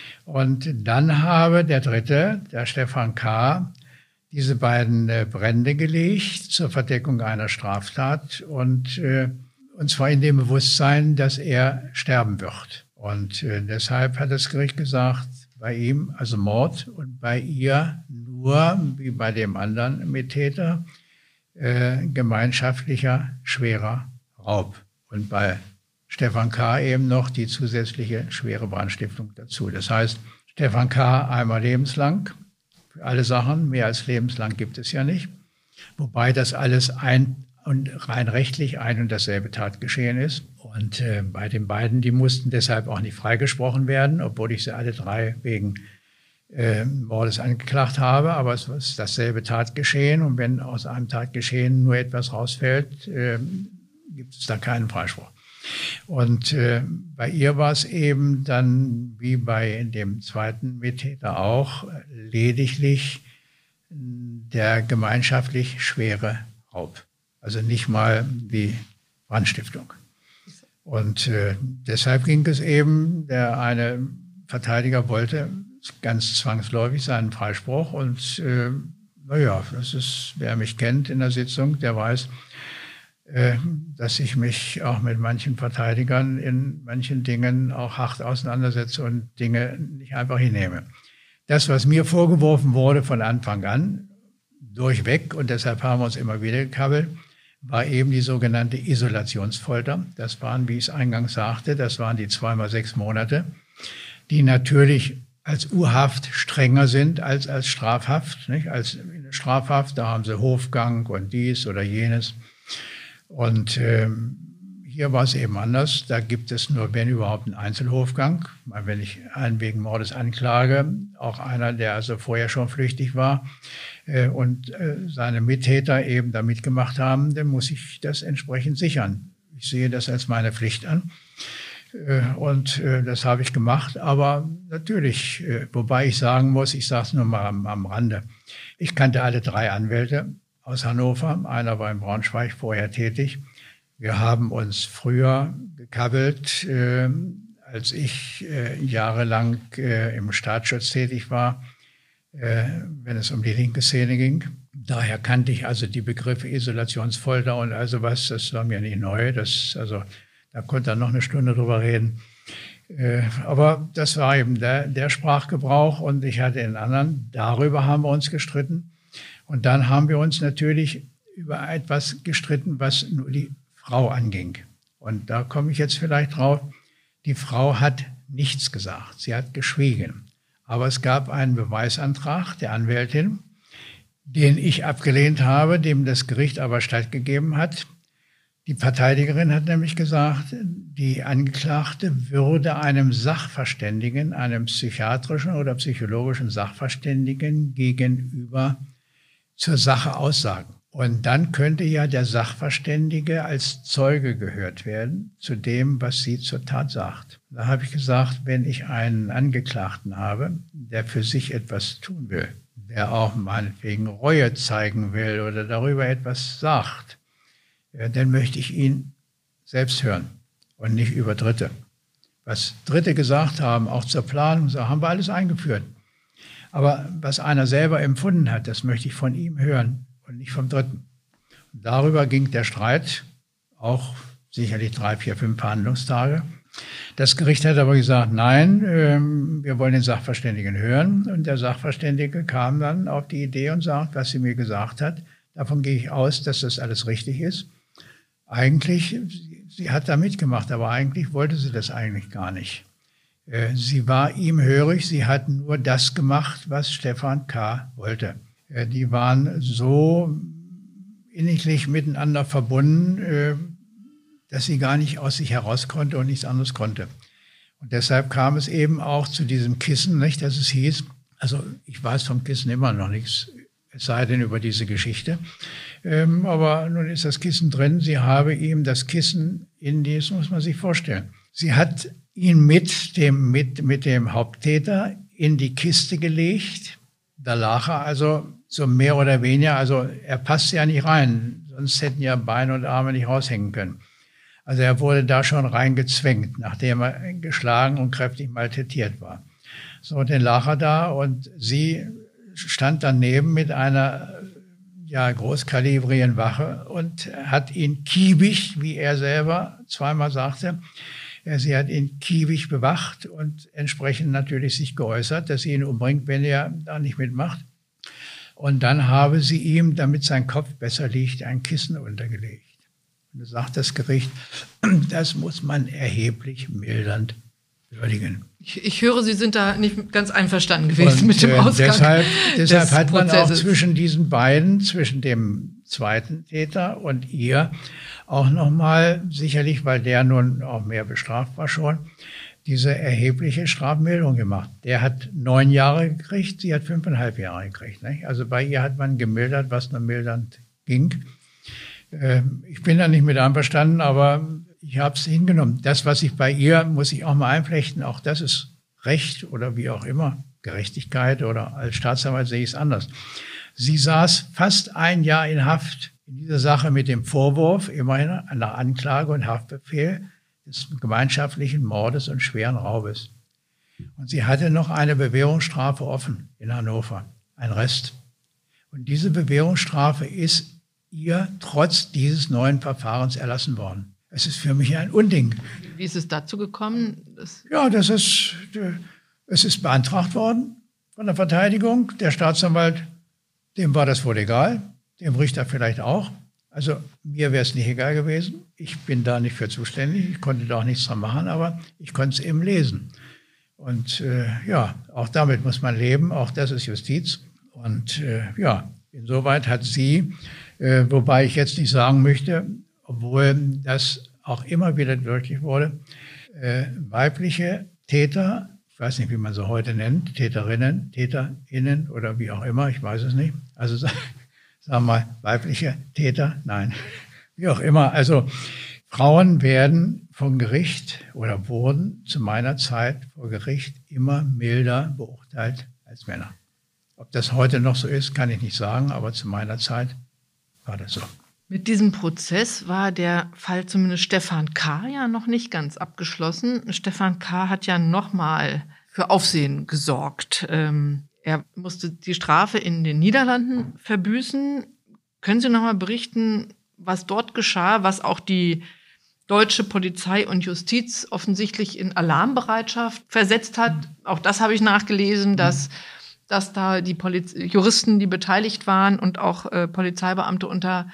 Und dann habe der Dritte, der Stefan K., diese beiden äh, Brände gelegt zur Verdeckung einer Straftat und, äh, und zwar in dem Bewusstsein, dass er sterben wird. Und äh, deshalb hat das Gericht gesagt, bei ihm also Mord und bei ihr nur, wie bei dem anderen Mittäter, äh, gemeinschaftlicher schwerer Raub. Und bei Stefan K. eben noch die zusätzliche schwere Brandstiftung dazu. Das heißt, Stefan K. einmal lebenslang für alle Sachen, mehr als lebenslang gibt es ja nicht. Wobei das alles ein und rein rechtlich ein und dasselbe Tatgeschehen ist. Und äh, bei den beiden, die mussten deshalb auch nicht freigesprochen werden, obwohl ich sie alle drei wegen äh, Mordes angeklagt habe. Aber es ist dasselbe Tatgeschehen. Und wenn aus einem Tatgeschehen nur etwas rausfällt, äh, gibt es da keinen Freispruch. Und äh, bei ihr war es eben dann, wie bei dem zweiten Mittäter auch, lediglich der gemeinschaftlich schwere Raub. Also nicht mal die Brandstiftung. Und äh, deshalb ging es eben, der eine Verteidiger wollte ganz zwangsläufig seinen Freispruch. Und äh, naja, das ist, wer mich kennt in der Sitzung, der weiß, dass ich mich auch mit manchen Verteidigern in manchen Dingen auch hart auseinandersetze und Dinge nicht einfach hinnehme. Das, was mir vorgeworfen wurde von Anfang an, durchweg, und deshalb haben wir uns immer wieder gekabbelt, war eben die sogenannte Isolationsfolter. Das waren, wie ich es eingangs sagte, das waren die zweimal sechs Monate, die natürlich als Urhaft strenger sind als als Strafhaft. Nicht? Als Strafhaft, da haben sie Hofgang und dies oder jenes. Und ähm, hier war es eben anders. Da gibt es nur, wenn überhaupt, einen Einzelhofgang. Wenn ich einen wegen Mordes anklage, auch einer, der also vorher schon flüchtig war äh, und äh, seine Mittäter eben da mitgemacht haben, dann muss ich das entsprechend sichern. Ich sehe das als meine Pflicht an. Äh, und äh, das habe ich gemacht. Aber natürlich, äh, wobei ich sagen muss, ich sage es nur mal am, am Rande, ich kannte alle drei Anwälte aus Hannover. Einer war in Braunschweig vorher tätig. Wir haben uns früher gekabbelt, äh, als ich äh, jahrelang äh, im Staatsschutz tätig war, äh, wenn es um die linke Szene ging. Daher kannte ich also die Begriffe Isolationsfolter und also was, das war mir nicht neu. Das, also, da konnte er noch eine Stunde drüber reden. Äh, aber das war eben der, der Sprachgebrauch und ich hatte einen anderen. Darüber haben wir uns gestritten. Und dann haben wir uns natürlich über etwas gestritten, was nur die Frau anging. Und da komme ich jetzt vielleicht drauf. Die Frau hat nichts gesagt. Sie hat geschwiegen. Aber es gab einen Beweisantrag der Anwältin, den ich abgelehnt habe, dem das Gericht aber stattgegeben hat. Die Verteidigerin hat nämlich gesagt, die Angeklagte würde einem Sachverständigen, einem psychiatrischen oder psychologischen Sachverständigen gegenüber zur Sache aussagen. Und dann könnte ja der Sachverständige als Zeuge gehört werden zu dem, was sie zur Tat sagt. Da habe ich gesagt, wenn ich einen Angeklagten habe, der für sich etwas tun will, der auch meinetwegen Reue zeigen will oder darüber etwas sagt, ja, dann möchte ich ihn selbst hören und nicht über Dritte. Was Dritte gesagt haben, auch zur Planung, so haben wir alles eingeführt. Aber was einer selber empfunden hat, das möchte ich von ihm hören und nicht vom Dritten. Und darüber ging der Streit, auch sicherlich drei, vier, fünf Verhandlungstage. Das Gericht hat aber gesagt, nein, ähm, wir wollen den Sachverständigen hören. Und der Sachverständige kam dann auf die Idee und sagt, was sie mir gesagt hat, davon gehe ich aus, dass das alles richtig ist. Eigentlich, sie hat da mitgemacht, aber eigentlich wollte sie das eigentlich gar nicht. Äh, sie war ihm hörig, sie hat nur das gemacht, was Stefan K. wollte. Äh, die waren so inniglich miteinander verbunden, äh, dass sie gar nicht aus sich heraus konnte und nichts anderes konnte. Und deshalb kam es eben auch zu diesem Kissen, nicht, dass es hieß, also ich weiß vom Kissen immer noch nichts, es sei denn über diese Geschichte. Ähm, aber nun ist das Kissen drin, sie habe ihm das Kissen in die, das muss man sich vorstellen. Sie hat ihn mit dem, mit, mit dem Haupttäter in die Kiste gelegt. Da lag er also so mehr oder weniger, also er passt ja nicht rein, sonst hätten ja Beine und Arme nicht raushängen können. Also er wurde da schon reingezwängt, nachdem er geschlagen und kräftig malträtiert war. So, und dann lag er da und sie stand daneben mit einer ja, großkalibrigen Wache und hat ihn kiebig, wie er selber zweimal sagte, sie hat ihn kiebig bewacht und entsprechend natürlich sich geäußert, dass sie ihn umbringt, wenn er da nicht mitmacht. Und dann habe sie ihm, damit sein Kopf besser liegt, ein Kissen untergelegt. Und da sagt das Gericht, das muss man erheblich mildernd würdigen. Ich, ich höre, Sie sind da nicht ganz einverstanden gewesen und, mit dem äh, Ausgang. Deshalb, deshalb hat man Prozesses. auch zwischen diesen beiden, zwischen dem zweiten Täter und ihr, auch nochmal, sicherlich, weil der nun auch mehr bestraft war schon, diese erhebliche Strafmilderung gemacht. Der hat neun Jahre gekriegt, sie hat fünfeinhalb Jahre gekriegt. Nicht? Also bei ihr hat man gemildert, was nur mildernd ging. Äh, ich bin da nicht mit einverstanden, aber ich habe es hingenommen. Das, was ich bei ihr, muss ich auch mal einflechten, auch das ist Recht oder wie auch immer, Gerechtigkeit oder als Staatsanwalt sehe ich es anders. Sie saß fast ein Jahr in Haft in dieser Sache mit dem Vorwurf, immerhin einer Anklage und Haftbefehl des gemeinschaftlichen Mordes und schweren Raubes. Und sie hatte noch eine Bewährungsstrafe offen in Hannover, ein Rest. Und diese Bewährungsstrafe ist ihr trotz dieses neuen Verfahrens erlassen worden. Es ist für mich ein Unding. Wie ist es dazu gekommen? Das ja, das ist, es ist beantragt worden von der Verteidigung. Der Staatsanwalt, dem war das wohl egal, dem Richter vielleicht auch. Also mir wäre es nicht egal gewesen. Ich bin da nicht für zuständig. Ich konnte da auch nichts dran machen, aber ich konnte es eben lesen. Und äh, ja, auch damit muss man leben. Auch das ist Justiz. Und äh, ja, insoweit hat sie, äh, wobei ich jetzt nicht sagen möchte, obwohl das auch immer wieder deutlich wurde, äh, weibliche Täter, ich weiß nicht, wie man sie heute nennt, Täterinnen, TäterInnen oder wie auch immer, ich weiß es nicht. Also sagen wir mal, weibliche Täter, nein, wie auch immer. Also Frauen werden vom Gericht oder wurden zu meiner Zeit vor Gericht immer milder beurteilt als Männer. Ob das heute noch so ist, kann ich nicht sagen, aber zu meiner Zeit war das so. Mit diesem Prozess war der Fall zumindest Stefan K. ja noch nicht ganz abgeschlossen. Stefan K. hat ja nochmal für Aufsehen gesorgt. Ähm, er musste die Strafe in den Niederlanden verbüßen. Können Sie nochmal berichten, was dort geschah, was auch die deutsche Polizei und Justiz offensichtlich in Alarmbereitschaft versetzt hat? Auch das habe ich nachgelesen, dass, dass da die Poliz- Juristen, die beteiligt waren und auch äh, Polizeibeamte unter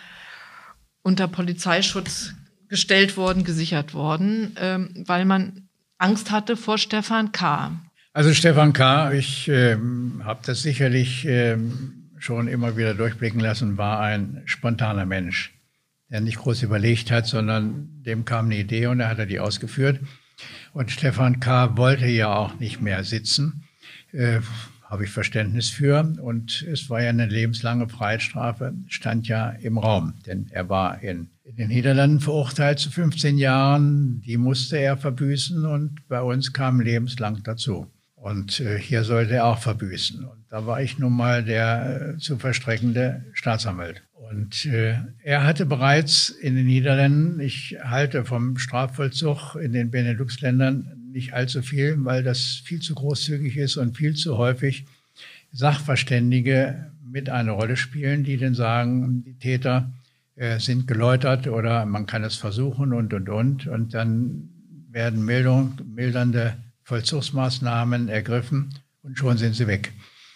unter Polizeischutz gestellt worden, gesichert worden, ähm, weil man Angst hatte vor Stefan K. Also Stefan K., ich ähm, habe das sicherlich ähm, schon immer wieder durchblicken lassen, war ein spontaner Mensch, der nicht groß überlegt hat, sondern dem kam eine Idee und er hat die ausgeführt. Und Stefan K. wollte ja auch nicht mehr sitzen, äh, habe ich Verständnis für. Und es war ja eine lebenslange Freiheitsstrafe, stand ja im Raum. Denn er war in, in den Niederlanden verurteilt zu fünfzehn Jahren. Die musste er verbüßen und bei uns kam lebenslang dazu. Und äh, hier sollte er auch verbüßen. Und da war ich nun mal der äh, zu verstreckende Staatsanwalt. Und äh, er hatte bereits in den Niederlanden, ich halte vom Strafvollzug in den Benelux-Ländern nicht allzu viel, weil das viel zu großzügig ist und viel zu häufig Sachverständige mit eine Rolle spielen, die dann sagen, die Täter äh, sind geläutert oder man kann es versuchen und, und, und. Und dann werden Mildung, mildernde Vollzugsmaßnahmen ergriffen und schon sind sie weg.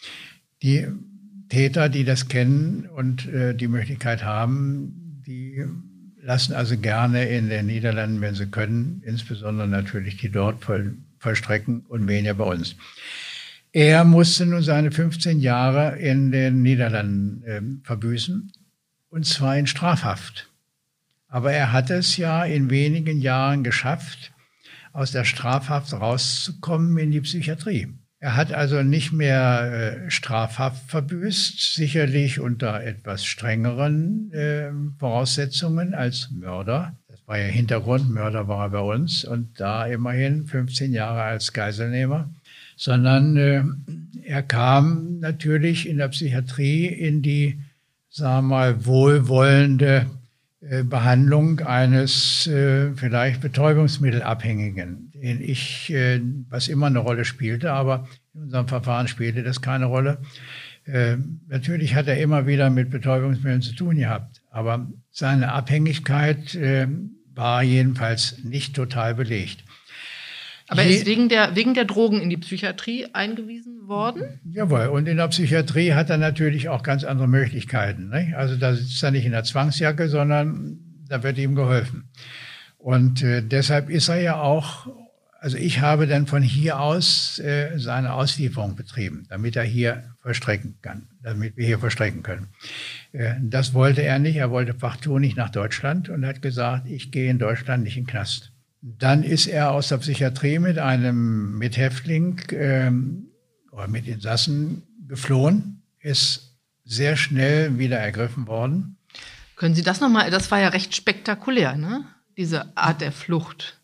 Die Täter, die das kennen und äh, die Möglichkeit haben, die lassen also gerne in den Niederlanden, wenn sie können, insbesondere natürlich die dort voll, vollstrecken und weniger bei uns. Er musste nun seine fünfzehn Jahre in den Niederlanden äh, verbüßen, und zwar in Strafhaft. Aber er hat es ja in wenigen Jahren geschafft, aus der Strafhaft rauszukommen in die Psychiatrie. Er hat also nicht mehr äh, Strafhaft verbüßt, sicherlich unter etwas strengeren äh, Voraussetzungen als Mörder. Das war ja Hintergrund, Mörder war er bei uns und da immerhin fünfzehn Jahre als Geiselnehmer. Sondern äh, er kam natürlich in der Psychiatrie in die, sagen wir mal, wohlwollende äh, Behandlung eines äh, vielleicht Betäubungsmittelabhängigen, den ich, äh, was immer eine Rolle spielte, aber in unserem Verfahren spielte das keine Rolle. Äh, natürlich hat er immer wieder mit Betäubungsmitteln zu tun gehabt, aber seine Abhängigkeit äh, war jedenfalls nicht total belegt. Aber er ist wegen der, wegen der Drogen in die Psychiatrie eingewiesen worden? Jawohl, und in der Psychiatrie hat er natürlich auch ganz andere Möglichkeiten. Nicht? Also da sitzt er nicht in der Zwangsjacke, sondern da wird ihm geholfen. Und äh, deshalb ist er ja auch, also ich habe dann von hier aus äh, seine Auslieferung betrieben, damit er hier vollstrecken kann, damit wir hier vollstrecken können. Äh, das wollte er nicht, er wollte partout nicht nach Deutschland und hat gesagt, ich gehe in Deutschland nicht in den Knast. Dann ist er aus der Psychiatrie mit einem Mithäftling ähm, oder mit Insassen geflohen, ist sehr schnell wieder ergriffen worden. Können Sie das nochmal, das war ja recht spektakulär, ne? Diese Art der Flucht.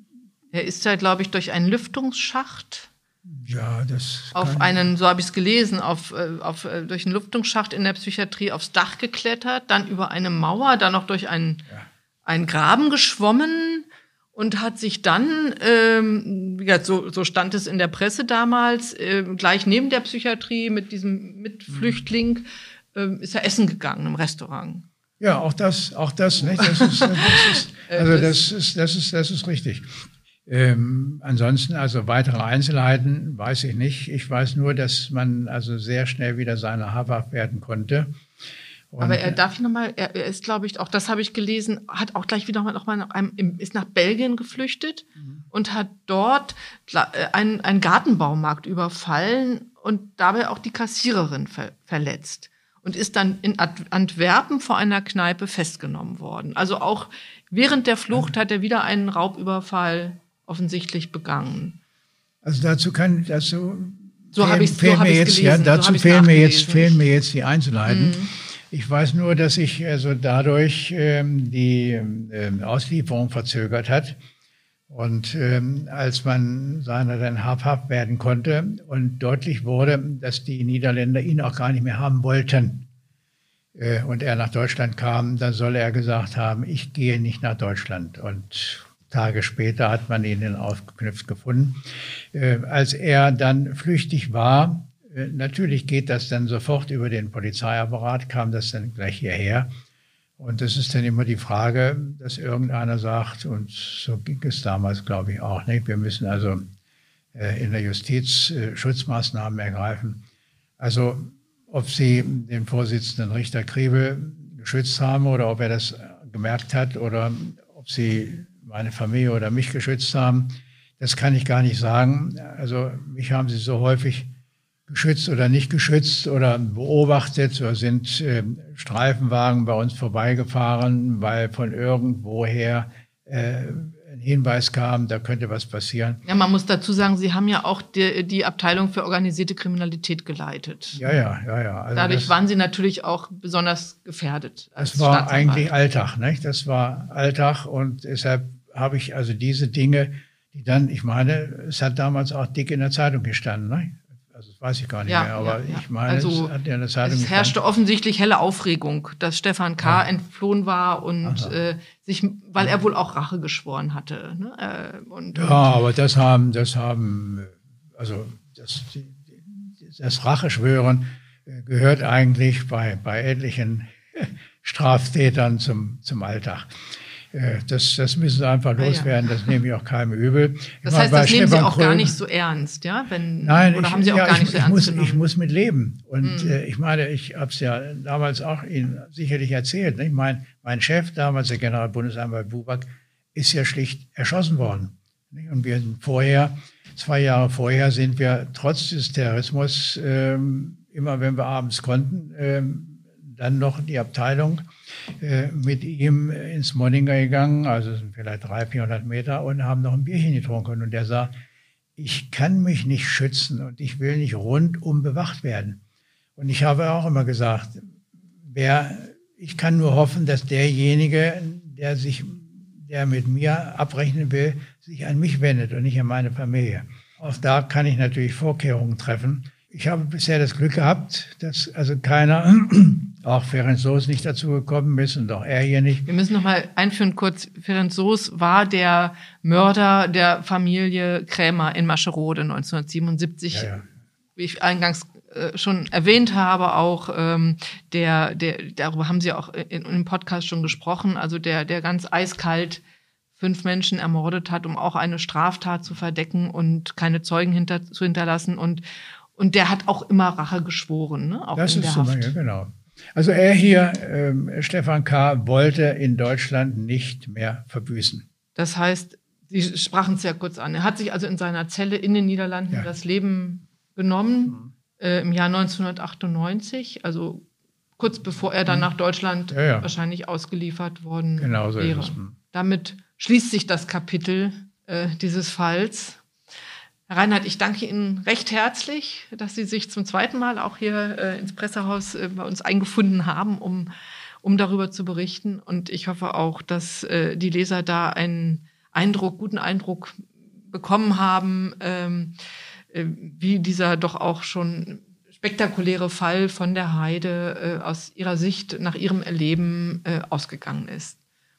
Er ist ja, glaube ich, durch einen Lüftungsschacht ja, das auf einen, so habe ich es gelesen, auf, auf, durch einen Lüftungsschacht in der Psychiatrie aufs Dach geklettert, dann über eine Mauer, dann noch durch einen, ja. einen Graben geschwommen. Und hat sich dann, ähm, ja, so, so stand es in der Presse damals, äh, gleich neben der Psychiatrie mit diesem Mitflüchtling, äh, ist er essen gegangen im Restaurant. Ja, auch das, auch das, nicht? Das ist, das ist, also das ist, das ist, das ist richtig. Ähm, ansonsten, also weitere Einzelheiten weiß ich nicht. Ich weiß nur, dass man also sehr schnell wieder seine habhaft werden konnte. Und aber er darf ich noch mal, er, er ist, glaube ich, auch das habe ich gelesen, hat auch gleich wieder noch mal nach einem, ist nach Belgien geflüchtet mhm. und hat dort einen, einen Gartenbaumarkt überfallen und dabei auch die Kassiererin ver, verletzt und ist dann in Antwerpen vor einer Kneipe festgenommen worden. Also auch während der Flucht ja. hat er wieder einen Raubüberfall offensichtlich begangen. Also dazu kann, dazu so habe ich so hab jetzt, gelesen. Ja, dazu so fehlen mir jetzt, fehlen mir jetzt die Einzelheiten. Mhm. Ich weiß nur, dass sich also dadurch ähm, die ähm, Auslieferung verzögert hat. Und ähm, als man seiner dann habhaft werden konnte und deutlich wurde, dass die Niederländer ihn auch gar nicht mehr haben wollten äh, und er nach Deutschland kam, dann soll er gesagt haben, ich gehe nicht nach Deutschland. Und Tage später hat man ihn dann aufgeknüpft gefunden. Äh, als er dann flüchtig war, natürlich geht das dann sofort über den Polizeiapparat, kam das dann gleich hierher. Und das ist dann immer die Frage, dass irgendeiner sagt, und so ging es damals, glaube ich, auch nicht, wir müssen also in der Justiz Schutzmaßnahmen ergreifen. Also ob Sie den Vorsitzenden Richter Kriebel geschützt haben oder ob er das gemerkt hat oder ob Sie meine Familie oder mich geschützt haben, das kann ich gar nicht sagen. Also mich haben Sie so häufig geschützt oder nicht geschützt oder beobachtet oder sind äh, Streifenwagen bei uns vorbeigefahren, weil von irgendwoher äh, ein Hinweis kam, da könnte was passieren. Ja, man muss dazu sagen, Sie haben ja auch die, die Abteilung für organisierte Kriminalität geleitet. Ja, ja, ja, ja. Also Dadurch das, waren Sie natürlich auch besonders gefährdet. Als das war Staatsanwalt. eigentlich Alltag, nicht? Das war Alltag und deshalb habe ich also diese Dinge, die dann, ich meine, es hat damals auch dick in der Zeitung gestanden, ne? Also das weiß ich gar nicht ja, mehr, aber ja, ja. ich meine, also, es hat ja in der Zeitung es herrschte gestanden. offensichtlich helle Aufregung, dass Stefan K. Ja. entflohen war und äh, sich, weil er wohl auch Rache geschworen hatte. Ne? Äh, und, ja, und, aber das haben, das haben, also das, das Racheschwören gehört eigentlich bei, bei etlichen Straftätern zum, zum Alltag. Das, das müssen sie einfach loswerden, ah, ja. Das nehme ich auch keinem übel. Das heißt, das nehmen Sie auch Kröll, gar nicht so ernst, ja? Wenn, Nein, oder ich, haben Sie auch ja, gar ich, nicht so ich ernst muss, genommen? Ich muss mit leben. Und mhm. äh, ich meine, ich habe es ja damals auch Ihnen sicherlich erzählt. Nicht? Mein, mein Chef, damals der Generalbundesanwalt Buback, ist ja schlicht erschossen worden. Nicht? Und wir sind vorher, zwei Jahre vorher, sind wir trotz des Terrorismus, ähm, immer wenn wir abends konnten, ähm, dann noch die Abteilung äh, mit ihm ins Monninger gegangen, also vielleicht dreihundert, vierhundert Meter, und haben noch ein Bierchen getrunken. Und der sagt, ich kann mich nicht schützen und ich will nicht rundum bewacht werden. Und ich habe auch immer gesagt, wer, ich kann nur hoffen, dass derjenige, der sich, der mit mir abrechnen will, sich an mich wendet und nicht an meine Familie. Auch da kann ich natürlich Vorkehrungen treffen. Ich habe bisher das Glück gehabt, dass also keiner, auch Ferenc Soos nicht dazu gekommen ist und auch er hier nicht. Wir müssen noch mal einführen kurz. Ferenc Soos war der Mörder der Familie Krämer in Mascherode neunzehnhundertsiebenundsiebzig. Ja, ja. Wie ich eingangs äh, schon erwähnt habe, auch ähm, der, der, darüber haben Sie auch in, im Podcast schon gesprochen, also der, der ganz eiskalt fünf Menschen ermordet hat, um auch eine Straftat zu verdecken und keine Zeugen hinter, zu hinterlassen. Und Und der hat auch immer Rache geschworen, ne? Auch das in ist der so, Haft. Ja, genau. Also er hier, ähm, Stefan K., wollte in Deutschland nicht mehr verbüßen. Das heißt, Sie sprachen es ja kurz an. Er hat sich also in seiner Zelle in den Niederlanden ja. das Leben genommen, mhm. äh, im Jahr neunzehnhundertachtundneunzig, also kurz bevor er dann nach Deutschland ja, ja. wahrscheinlich ausgeliefert worden genau so wäre. Ist es. Damit schließt sich das Kapitel äh, dieses Falls. Herr Reinhardt, ich danke Ihnen recht herzlich, dass Sie sich zum zweiten Mal auch hier äh, ins Pressehaus äh, bei uns eingefunden haben, um, um darüber zu berichten. Und ich hoffe auch, dass äh, die Leser da einen Eindruck, guten Eindruck bekommen haben, ähm, äh, wie dieser doch auch schon spektakuläre Fall von der Heide äh, aus Ihrer Sicht nach Ihrem Erleben äh, ausgegangen ist.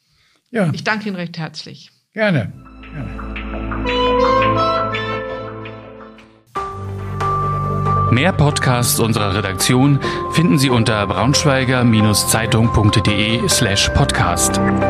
Ja. Ich danke Ihnen recht herzlich. Gerne. Gerne. Mehr Podcasts unserer Redaktion finden Sie unter braunschweiger Zeitung punkt de slash podcast.